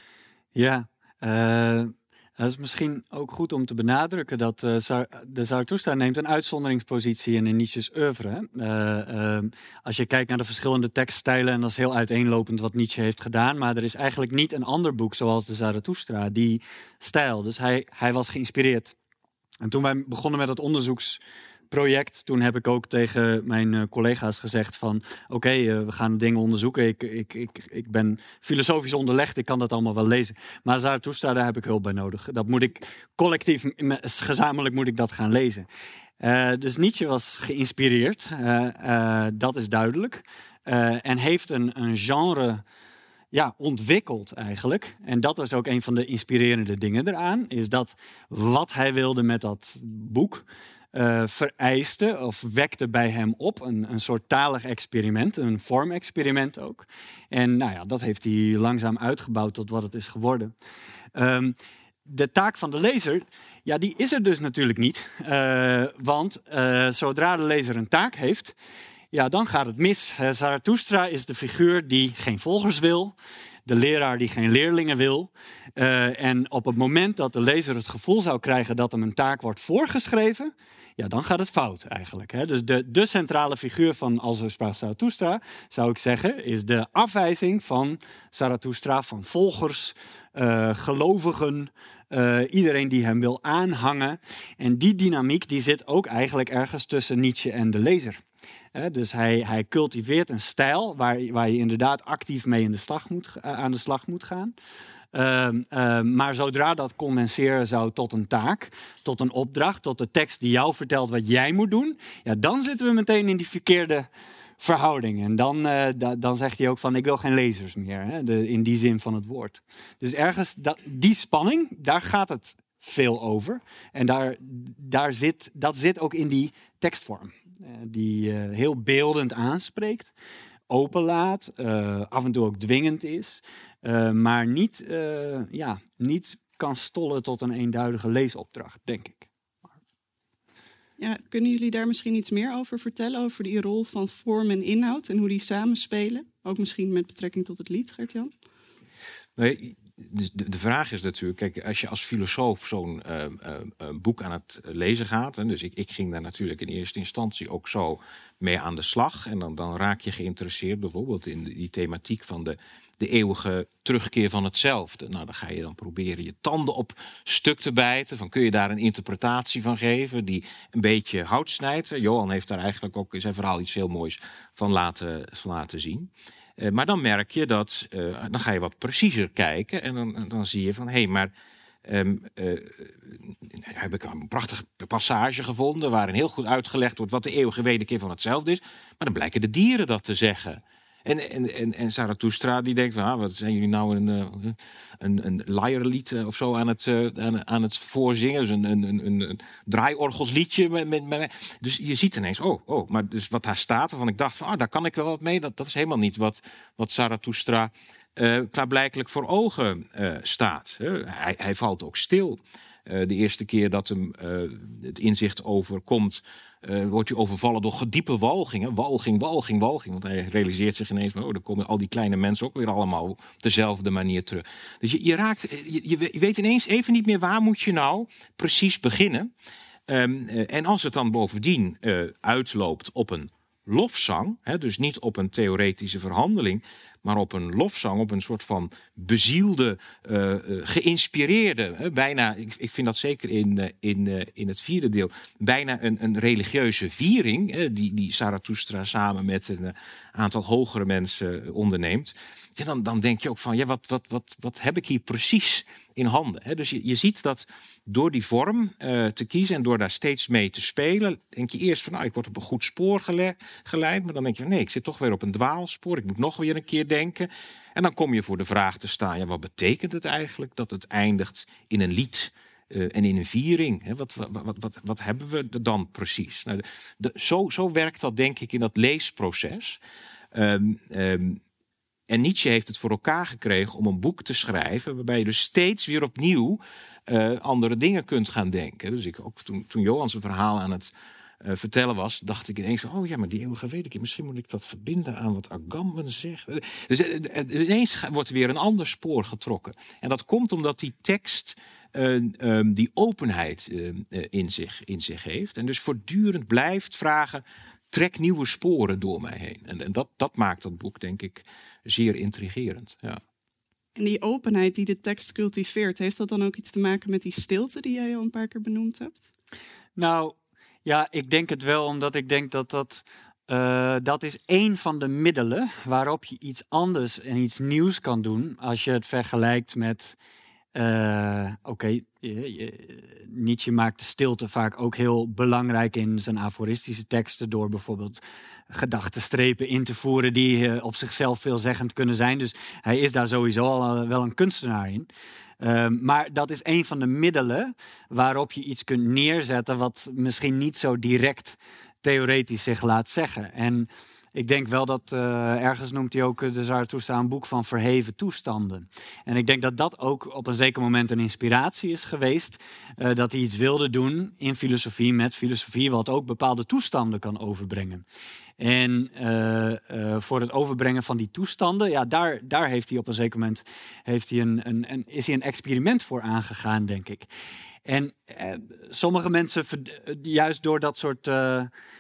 Ja, uh... Het is misschien ook goed om te benadrukken dat uh, de Zarathustra neemt een uitzonderingspositie in, in Nietzsche's oeuvre. Uh, uh, als je kijkt naar de verschillende tekststijlen, en dat is heel uiteenlopend wat Nietzsche heeft gedaan, maar er is eigenlijk niet een ander boek zoals de Zarathustra, die stijl. Dus hij, hij was geïnspireerd. En toen wij begonnen met het onderzoeksproject, toen heb ik ook tegen mijn uh, collega's gezegd van oké, okay, uh, we gaan dingen onderzoeken. Ik, ik, ik, ik ben filosofisch onderlegd, ik kan dat allemaal wel lezen. Maar Zarathustra, daar heb ik hulp bij nodig. Dat moet ik collectief, gezamenlijk moet ik dat gaan lezen. Uh, dus Nietzsche was geïnspireerd, uh, uh, dat is duidelijk. Uh, en heeft een, een genre ja, ontwikkeld eigenlijk. En dat is ook een van de inspirerende dingen eraan. Is dat wat hij wilde met dat boek Uh, vereiste of wekte bij hem op een, een soort talig experiment, een vormexperiment ook. En nou ja, dat heeft hij langzaam uitgebouwd tot wat het is geworden. Um, de taak van de lezer, ja, die is er dus natuurlijk niet. Uh, want uh, zodra de lezer een taak heeft, ja, dan gaat het mis. Uh, Zarathustra is de figuur die geen volgers wil, de leraar die geen leerlingen wil. Uh, en op het moment dat de lezer het gevoel zou krijgen dat hem een taak wordt voorgeschreven, ja, dan gaat het fout eigenlijk. Hè? Dus de, de centrale figuur van Alzo sprak Zarathustra, zou ik zeggen, is de afwijzing van Zarathustra, van volgers, uh, gelovigen, uh, iedereen die hem wil aanhangen. En die dynamiek die zit ook eigenlijk ergens tussen Nietzsche en de lezer. He, dus hij, hij cultiveert een stijl waar, waar je inderdaad actief mee in de slag moet, uh, aan de slag moet gaan. Uh, uh, maar zodra dat condenseren zou tot een taak, tot een opdracht, tot de tekst die jou vertelt wat jij moet doen, ja, dan zitten we meteen in die verkeerde verhouding. En dan, uh, da, dan zegt hij ook van ik wil geen lezers meer, hè, de, in die zin van het woord. Dus ergens, dat, die spanning, daar gaat het veel over. En daar, daar zit, dat zit ook in die tekstvorm, uh, die uh, heel beeldend aanspreekt, openlaat, uh, af en toe ook dwingend is. Uh, maar niet, uh, ja, niet kan stollen tot een eenduidige leesopdracht, denk ik. Ja, kunnen jullie daar misschien iets meer over vertellen? Over die rol van vorm en inhoud en hoe die samenspelen? Ook misschien met betrekking tot het lied, Gert-Jan? Nee, de, de vraag is natuurlijk, kijk, als je als filosoof zo'n uh, uh, boek aan het lezen gaat, en dus ik, ik ging daar natuurlijk in eerste instantie ook zo mee aan de slag, en dan, dan raak je geïnteresseerd bijvoorbeeld in die thematiek van de de eeuwige terugkeer van hetzelfde. Nou, dan ga je dan proberen je tanden op stuk te bijten. Van, kun je daar een interpretatie van geven die een beetje hout snijdt? Johan heeft daar eigenlijk ook in zijn verhaal iets heel moois van laten, van laten zien. Uh, maar dan merk je dat, uh, dan ga je wat preciezer kijken. En dan, dan zie je van, hé, hey, maar Um, uh, heb ik een prachtige passage gevonden waarin heel goed uitgelegd wordt wat de eeuwige wederkeer van hetzelfde is. Maar dan blijken de dieren dat te zeggen. En, en, en, en Zarathustra die denkt, ah, wat zijn jullie nou een, uh, een, een lyre-lied uh, of zo aan het, uh, aan, aan het voorzingen. Dus een, een, een, een draaiorgelsliedje. Met, met, met, dus je ziet ineens, oh, oh, maar dus wat daar staat, waarvan ik dacht, van, ah, daar kan ik wel wat mee. Dat, dat is helemaal niet wat, wat Zarathustra uh, klaarblijkelijk voor ogen uh, staat. Uh, hij, hij valt ook stil. Uh, de eerste keer dat hem uh, het inzicht overkomt, uh, wordt hij overvallen door diepe walgingen. Walging, walging, walging. Want hij realiseert zich ineens, oh, dan komen al die kleine mensen ook weer allemaal op dezelfde manier terug. Dus je, je raakt, je, je weet ineens even niet meer waar moet je nou precies beginnen. Um, uh, en als het dan bovendien uh, uitloopt op een lofzang, hè, dus niet op een theoretische verhandeling, maar op een lofzang, op een soort van bezielde, uh, uh, geïnspireerde, uh, bijna, ik, ik vind dat zeker in, uh, in, uh, in het vierde deel, bijna een, een religieuze viering, uh, die, die Zarathustra samen met een uh, aantal hogere mensen onderneemt. Ja, dan, dan denk je ook van, ja, wat, wat, wat, wat heb ik hier precies in handen? Hè? Dus je, je ziet dat door die vorm uh, te kiezen en door daar steeds mee te spelen, denk je eerst van, nou, ik word op een goed spoor gele- geleid, maar dan denk je van, nee, ik zit toch weer op een dwaalspoor, ik moet nog weer een keer denken. En dan kom je voor de vraag te staan, ja, wat betekent het eigenlijk dat het eindigt in een lied uh, en in een viering? Hè? Wat, wat, wat, wat, wat hebben we dan precies? Nou, de, de, zo, zo werkt dat, denk ik, in dat leesproces. Um, um, En Nietzsche heeft het voor elkaar gekregen om een boek te schrijven waarbij je dus steeds weer opnieuw uh, andere dingen kunt gaan denken. Dus ik ook toen, toen Johan zijn verhaal aan het uh, vertellen was, dacht ik ineens, oh ja, maar die eeuwige wederkeer, misschien moet ik dat verbinden aan wat Agamben zegt. Dus uh, uh, ineens wordt weer een ander spoor getrokken. En dat komt omdat die tekst Uh, um, die openheid uh, uh, in, zich, in zich heeft. En dus voortdurend blijft vragen, trek nieuwe sporen door mij heen. En, en dat, dat maakt dat boek, denk ik, zeer intrigerend. Ja. En die openheid die de tekst cultiveert, heeft dat dan ook iets te maken met die stilte die jij al een paar keer benoemd hebt? Nou, ja, ik denk het wel, omdat ik denk dat dat... Uh, dat is één van de middelen waarop je iets anders en iets nieuws kan doen als je het vergelijkt met... Uh, Oké, okay, Nietzsche maakt de stilte vaak ook heel belangrijk in zijn aforistische teksten door bijvoorbeeld gedachtenstrepen in te voeren die uh, op zichzelf veelzeggend kunnen zijn. Dus hij is daar sowieso al uh, wel een kunstenaar in. Uh, maar dat is een van de middelen waarop je iets kunt neerzetten wat misschien niet zo direct theoretisch zich laat zeggen. En ik denk wel dat, uh, ergens noemt hij ook de Zarathustra een boek van verheven toestanden. En ik denk dat dat ook op een zeker moment een inspiratie is geweest. Uh, dat hij iets wilde doen in filosofie met filosofie wat ook bepaalde toestanden kan overbrengen. En uh, uh, voor het overbrengen van die toestanden, ja, daar, daar heeft hij op een zeker moment heeft hij een, een, een, is hij een experiment voor aangegaan, denk ik. En uh, sommige mensen, juist door dat soort... Uh,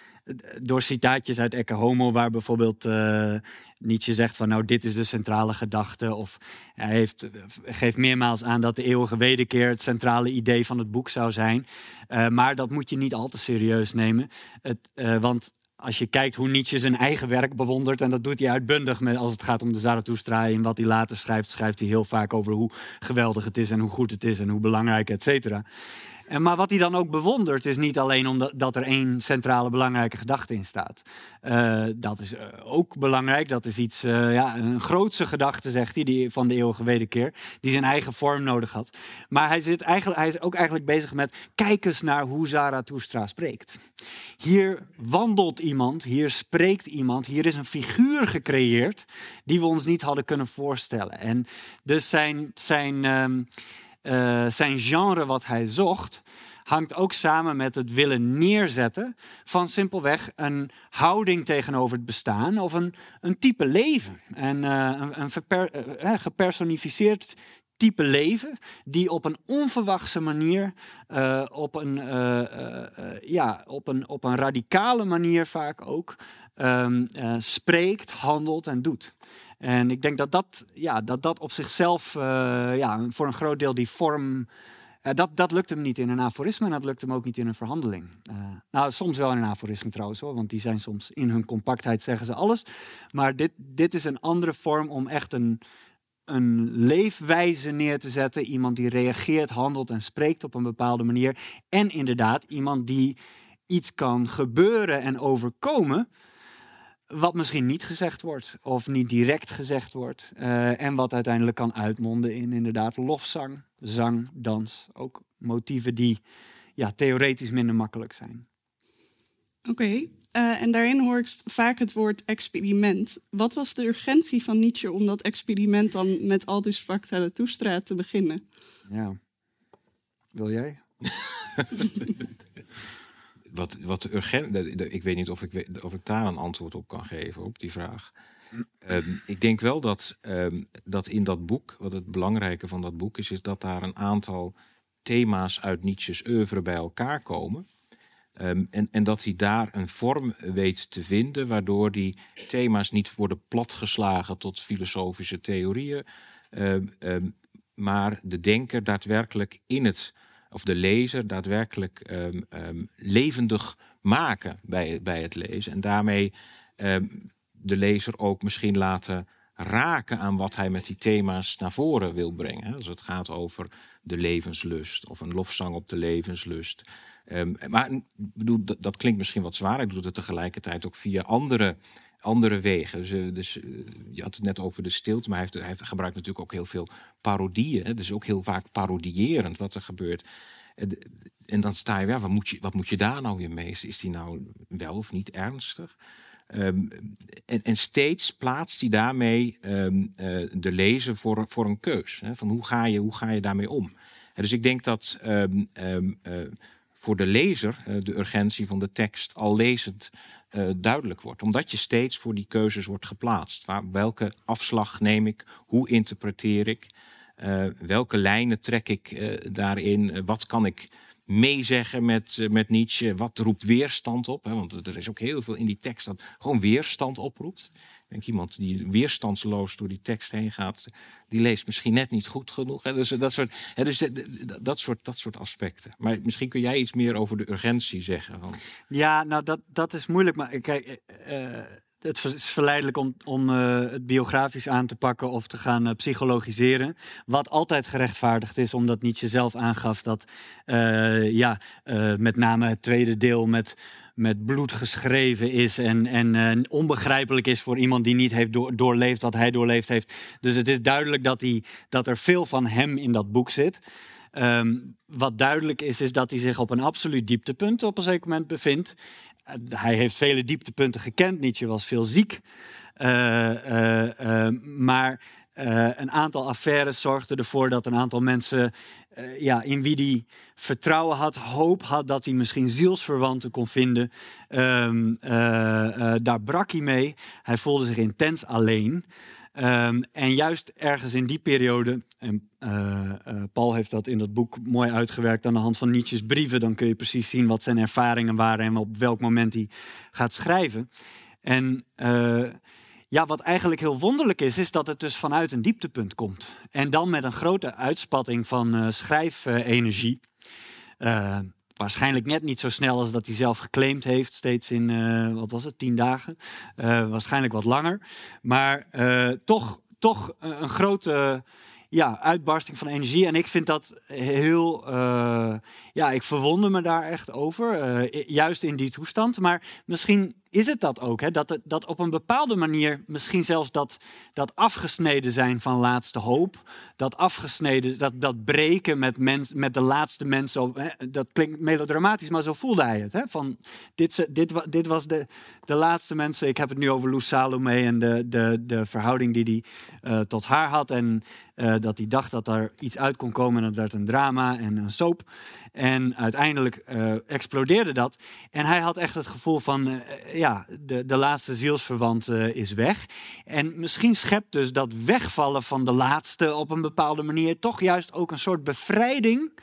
Door citaatjes uit Ecce Homo, waar bijvoorbeeld uh, Nietzsche zegt van nou, dit is de centrale gedachte. Of hij heeft, geeft meermaals aan dat de eeuwige wederkeer het centrale idee van het boek zou zijn. Uh, maar dat moet je niet al te serieus nemen. Het, uh, want als je kijkt hoe Nietzsche zijn eigen werk bewondert, en dat doet hij uitbundig met, als het gaat om de Zarathustra, en wat hij later schrijft, schrijft hij heel vaak over hoe geweldig het is en hoe goed het is en hoe belangrijk, et cetera. En maar wat hij dan ook bewondert is niet alleen omdat dat er één centrale belangrijke gedachte in staat. Uh, dat is uh, ook belangrijk. Dat is iets, uh, ja, een grootse gedachte, zegt hij, die, van de eeuwige wederkeer, die zijn eigen vorm nodig had. Maar hij, zit eigenlijk, hij is ook eigenlijk bezig met, kijk eens naar hoe Zarathustra spreekt. Hier wandelt iemand, hier spreekt iemand, hier is een figuur gecreëerd die we ons niet hadden kunnen voorstellen. En dus zijn... zijn um, Uh, zijn genre wat hij zocht, hangt ook samen met het willen neerzetten van simpelweg een houding tegenover het bestaan of een, een type leven. En uh, een, een verper, uh, gepersonificeerd type leven die op een onverwachte manier, uh, op, een, uh, uh, uh, ja, op, een, op een radicale manier vaak ook, um, uh, spreekt, handelt en doet. En ik denk dat dat, ja, dat, dat op zichzelf uh, ja, voor een groot deel die vorm... Uh, dat, dat lukt hem niet in een aforisme en dat lukt hem ook niet in een verhandeling. Uh, nou, soms wel in een aforisme trouwens hoor, want die zijn soms in hun compactheid zeggen ze alles. Maar dit, dit is een andere vorm om echt een, een leefwijze neer te zetten. Iemand die reageert, handelt en spreekt op een bepaalde manier. En inderdaad iemand die iets kan gebeuren en overkomen wat misschien niet gezegd wordt of niet direct gezegd wordt. Uh, en wat uiteindelijk kan uitmonden in inderdaad lofzang, zang, dans. Ook motieven die ja, theoretisch minder makkelijk zijn. Oké, okay. uh, en daarin hoor ik vaak het woord experiment. Wat was de urgentie van Nietzsche om dat experiment dan met Aldus sprak Zarathustra te beginnen? Ja, wil jij? Wat, wat urgent, ik weet niet of ik, of ik daar een antwoord op kan geven, op die vraag. Um, ik denk wel dat, um, dat in dat boek, wat het belangrijke van dat boek is, is dat daar een aantal thema's uit Nietzsche's oeuvre bij elkaar komen. Um, en, en dat hij daar een vorm weet te vinden, waardoor die thema's niet worden platgeslagen tot filosofische theorieën, um, um, maar de denker daadwerkelijk in het, of de lezer daadwerkelijk um, um, levendig maken bij, bij het lezen. En daarmee um, de lezer ook misschien laten raken aan wat hij met die thema's naar voren wil brengen. Als het gaat over de levenslust of een lofzang op de levenslust. Um, maar bedoel, dat, dat klinkt misschien wat zwaar. Ik doe het tegelijkertijd ook via andere, andere wegen. Dus, uh, dus uh, je had het net over de stilte, maar hij, heeft, hij heeft, gebruikt natuurlijk ook heel veel parodieën. Hè? Dus ook heel vaak parodierend wat er gebeurt. En, en dan sta je weer, wat moet je, wat moet je daar nou weer mee? Is die nou wel of niet ernstig? Um, en, en steeds plaatst hij daarmee um, uh, de lezer voor, voor een keus. Hè? Van hoe ga je, hoe ga je daarmee om? En dus ik denk dat um, um, uh, voor de lezer uh, de urgentie van de tekst al lezend uh, duidelijk wordt. Omdat je steeds voor die keuzes wordt geplaatst. Waar, welke afslag neem ik? Hoe interpreteer ik? Uh, welke lijnen trek ik uh, daarin? Uh, wat kan ik meezeggen met, uh, met Nietzsche? Wat roept weerstand op? Hè? Want er is ook heel veel in die tekst dat gewoon weerstand oproept. Ik denk iemand die weerstandsloos door die tekst heen gaat, die leest misschien net niet goed genoeg. Hè? Dus, dat, soort, hè, dus dat, soort, dat soort aspecten. Maar misschien kun jij iets meer over de urgentie zeggen. Want... Ja, nou dat, dat is moeilijk. Maar kijk, uh, het is verleidelijk om, om uh, het biografisch aan te pakken of te gaan uh, psychologiseren. Wat altijd gerechtvaardigd is, omdat Nietzsche zelf aangaf dat uh, ja, uh, met name het tweede deel met... met bloed geschreven is en, en uh, onbegrijpelijk is voor iemand die niet heeft door, doorleefd wat hij doorleefd heeft. Dus het is duidelijk dat, hij, dat er veel van hem in dat boek zit. Um, wat duidelijk is, is dat hij zich op een absoluut dieptepunt op een zeker moment bevindt. Uh, hij heeft vele dieptepunten gekend. Nietzsche was veel ziek. Uh, uh, uh, maar uh, een aantal affaires zorgden ervoor dat een aantal mensen... Uh, ja, in wie hij vertrouwen had, hoop had dat hij misschien zielsverwanten kon vinden. Um, uh, uh, daar brak hij mee. Hij voelde zich intens alleen. Um, en juist ergens in die periode, en uh, uh, Paul heeft dat in dat boek mooi uitgewerkt aan de hand van Nietzsche's brieven, dan kun je precies zien wat zijn ervaringen waren en op welk moment hij gaat schrijven. En uh, ja, wat eigenlijk heel wonderlijk is, is dat het dus vanuit een dieptepunt komt. En dan met een grote uitspatting van uh, schrijfenergie. Uh, waarschijnlijk net niet zo snel als dat hij zelf geclaimd heeft. Steeds in, uh, wat was het, tien dagen. Uh, waarschijnlijk wat langer. Maar uh, toch, toch een grote... Ja, uitbarsting van energie. En ik vind dat heel... Uh, ja, ik verwonder me daar echt over. Uh, juist in die toestand. Maar misschien is het dat ook. Hè? Dat, dat op een bepaalde manier misschien zelfs dat, dat afgesneden zijn van laatste hoop. Dat afgesneden, dat, dat breken met, mens, met de laatste mensen. Hè? Dat klinkt melodramatisch, maar zo voelde hij het. Hè? Van, dit, dit, dit was de, de laatste mensen. Ik heb het nu over Lou Salome en de, de, de verhouding die hij uh, tot haar had. En uh, dat hij dacht dat er iets uit kon komen. En dat werd een drama en een soap. En uiteindelijk uh, explodeerde dat. En hij had echt het gevoel van... Uh, ja, de, de laatste zielsverwant uh, is weg. En misschien schept dus dat wegvallen van de laatste... op een bepaalde manier toch juist ook een soort bevrijding...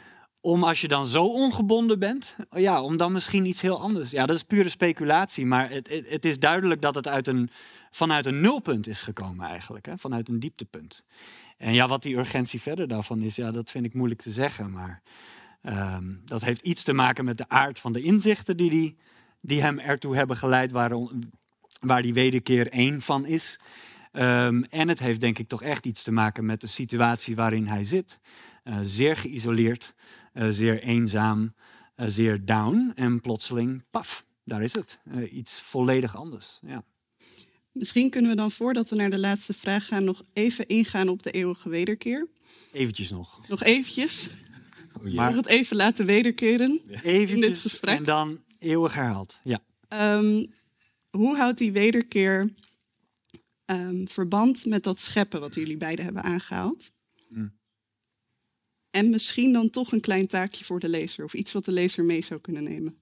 om als je dan zo ongebonden bent... ja, om dan misschien iets heel anders... Ja, dat is pure speculatie. Maar het, het, het is duidelijk dat het uit een, vanuit een nulpunt is gekomen eigenlijk. Hè? Vanuit een dieptepunt. En ja, wat die urgentie verder daarvan is... ja, dat vind ik moeilijk te zeggen, maar... Um, dat heeft iets te maken met de aard van de inzichten die, die, die hem ertoe hebben geleid, waar, waar die wederkeer één van is. Um, en het heeft denk ik toch echt iets te maken met de situatie waarin hij zit. Uh, zeer geïsoleerd, uh, zeer eenzaam, uh, zeer down. En plotseling, paf, daar is het. Uh, iets volledig anders, ja. Misschien kunnen we dan, voordat we naar de laatste vraag gaan, nog even ingaan op de eeuwige wederkeer. Eventjes nog. Nog eventjes. Oh, maar nog het even laten wederkeren eventjes in dit gesprek. En dan eeuwig herhaald. Ja. Um, hoe houdt die wederkeer um, verband met dat scheppen wat jullie beiden hebben aangehaald? Hmm. En misschien dan toch een klein taakje voor de lezer. Of iets wat de lezer mee zou kunnen nemen.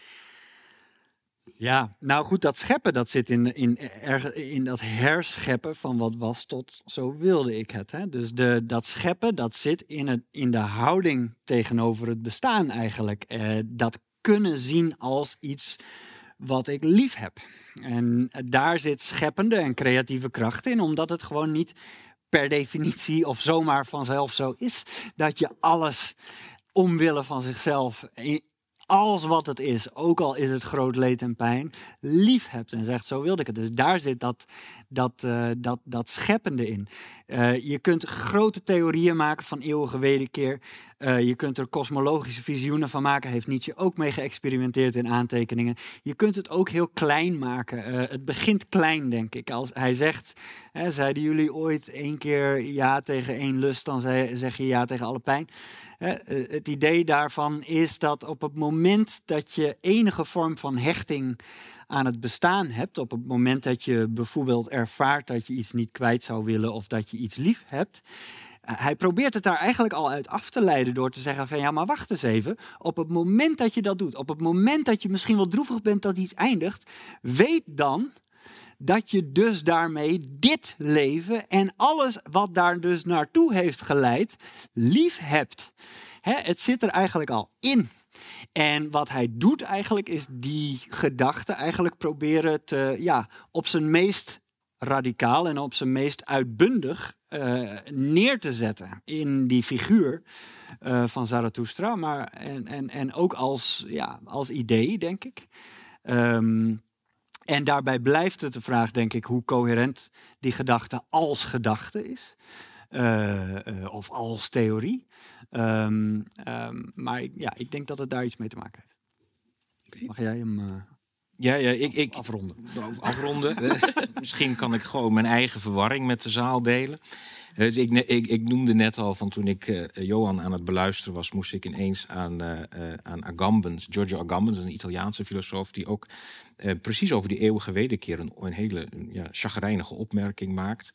Ja, nou goed, dat scheppen dat zit in, in, in dat herscheppen van wat was tot zo wilde ik het. Hè? Dus de, dat scheppen dat zit in, het, in de houding tegenover het bestaan eigenlijk. Eh, dat kunnen zien als iets wat ik lief heb. En daar zit scheppende en creatieve kracht in, omdat het gewoon niet per definitie of zomaar vanzelf zo is dat je alles omwille van zichzelf, alles wat het is, ook al is het groot leed en pijn, lief hebt en zegt, zo wilde ik het. Dus daar zit dat, dat, uh, dat, dat scheppende in. Uh, je kunt grote theorieën maken van eeuwige wederkeer. Uh, je kunt er kosmologische visioenen van maken. Heeft Nietzsche ook mee geëxperimenteerd in aantekeningen. Je kunt het ook heel klein maken. Uh, het begint klein, denk ik. Als hij zegt, hè, zeiden jullie ooit één keer ja tegen één lust, dan zei, zeg je ja tegen alle pijn. Het idee daarvan is dat op het moment dat je enige vorm van hechting aan het bestaan hebt, op het moment dat je bijvoorbeeld ervaart dat je iets niet kwijt zou willen of dat je iets lief hebt, hij probeert het daar eigenlijk al uit af te leiden door te zeggen van ja, maar wacht eens even. Op het moment dat je dat doet, op het moment dat je misschien wel droevig bent dat iets eindigt, weet dan dat je dus daarmee dit leven en alles wat daar dus naartoe heeft geleid, lief hebt. He, het zit er eigenlijk al in. En wat hij doet eigenlijk is die gedachte eigenlijk proberen te, ja, op zijn meest radicaal en op zijn meest uitbundig uh, neer te zetten in die figuur uh, van Zarathustra, maar en, en, en ook als, ja, als idee, denk ik. Um, En daarbij blijft het de vraag, denk ik, hoe coherent die gedachte als gedachte is. Uh, uh, of als theorie. Um, um, maar ik, ja, ik denk dat het daar iets mee te maken heeft. Okay. Mag jij hem uh, ja, ja, ik, ik, afronden? afronden. Misschien kan ik gewoon mijn eigen verwarring met de zaal delen. Dus ik, ik, ik noemde net al van toen ik uh, Johan aan het beluisteren was, moest ik ineens aan, uh, uh, aan Agambens, Giorgio Agamben, een Italiaanse filosoof, die ook uh, precies over die eeuwige wederkeer een, een hele ja, chagrijnige opmerking maakt.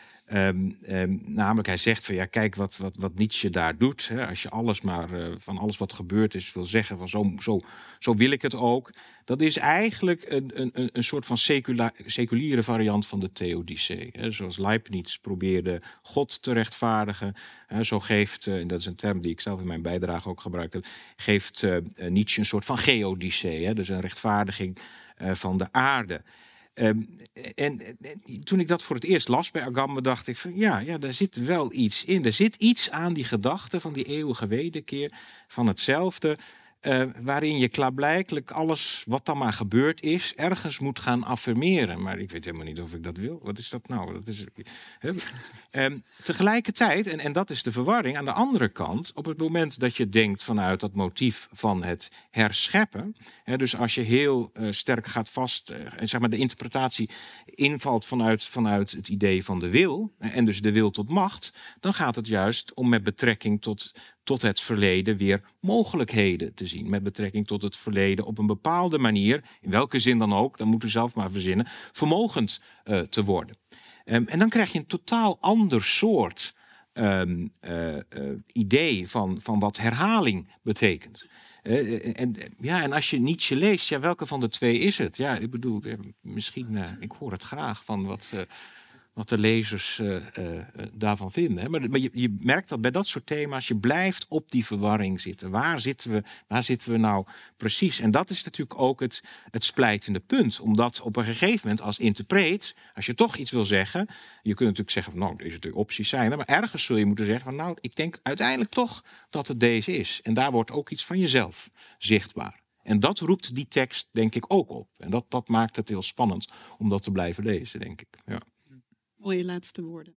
Um, um, namelijk, hij zegt van ja, kijk wat, wat, wat Nietzsche daar doet. Hè, als je alles maar uh, van alles wat gebeurd is wil zeggen van zo, zo, zo wil ik het ook. Dat is eigenlijk een, een, een soort van secula, seculiere variant van de theodicee. Hè, zoals Leibniz probeerde God te rechtvaardigen. Hè, zo geeft, uh, en dat is een term die ik zelf in mijn bijdrage ook gebruikt heb, geeft uh, Nietzsche een soort van geodicee. Hè, dus een rechtvaardiging uh, van de aarde. Um, en, en toen ik dat voor het eerst las bij Agamben, dacht ik van ja, ja, daar zit wel iets in. Er zit iets aan die gedachte van die eeuwige wederkeer, van hetzelfde, uh, waarin je klaarblijkelijk alles wat dan maar gebeurd is, ergens moet gaan affirmeren. Maar ik weet helemaal niet of ik dat wil. Wat is dat nou? Dat is, uh, um, tegelijkertijd, en, en dat is de verwarring, aan de andere kant, op het moment dat je denkt vanuit dat motief van het herscheppen, hè, dus als je heel uh, sterk gaat vast, uh, zeg maar de interpretatie invalt vanuit, vanuit het idee van de wil, en dus de wil tot macht, dan gaat het juist om met betrekking tot, tot het verleden weer mogelijkheden te zien. Met betrekking tot het verleden op een bepaalde manier, in welke zin dan ook, dan moet u zelf maar verzinnen, vermogend uh, te worden. Um, en dan krijg je een totaal ander soort um, uh, uh, idee van, van wat herhaling betekent. Uh, en, ja, en als je Nietzsche leest, ja, welke van de twee is het? Ja, ik bedoel, misschien, uh, ik hoor het graag van wat, uh, wat de lezers uh, uh, daarvan vinden. Hè? Maar, maar je, je merkt dat bij dat soort thema's, je blijft op die verwarring zitten. Waar zitten we, waar zitten we nou precies? En dat is natuurlijk ook het, het splijtende punt. Omdat op een gegeven moment als interpreet, als je toch iets wil zeggen, je kunt natuurlijk zeggen van nou, deze twee opties zijn er, maar ergens zul je moeten zeggen van nou, ik denk uiteindelijk toch dat het deze is. En daar wordt ook iets van jezelf zichtbaar. En dat roept die tekst denk ik ook op. En dat, dat maakt het heel spannend om dat te blijven lezen, denk ik. Ja. Mooie laatste woorden.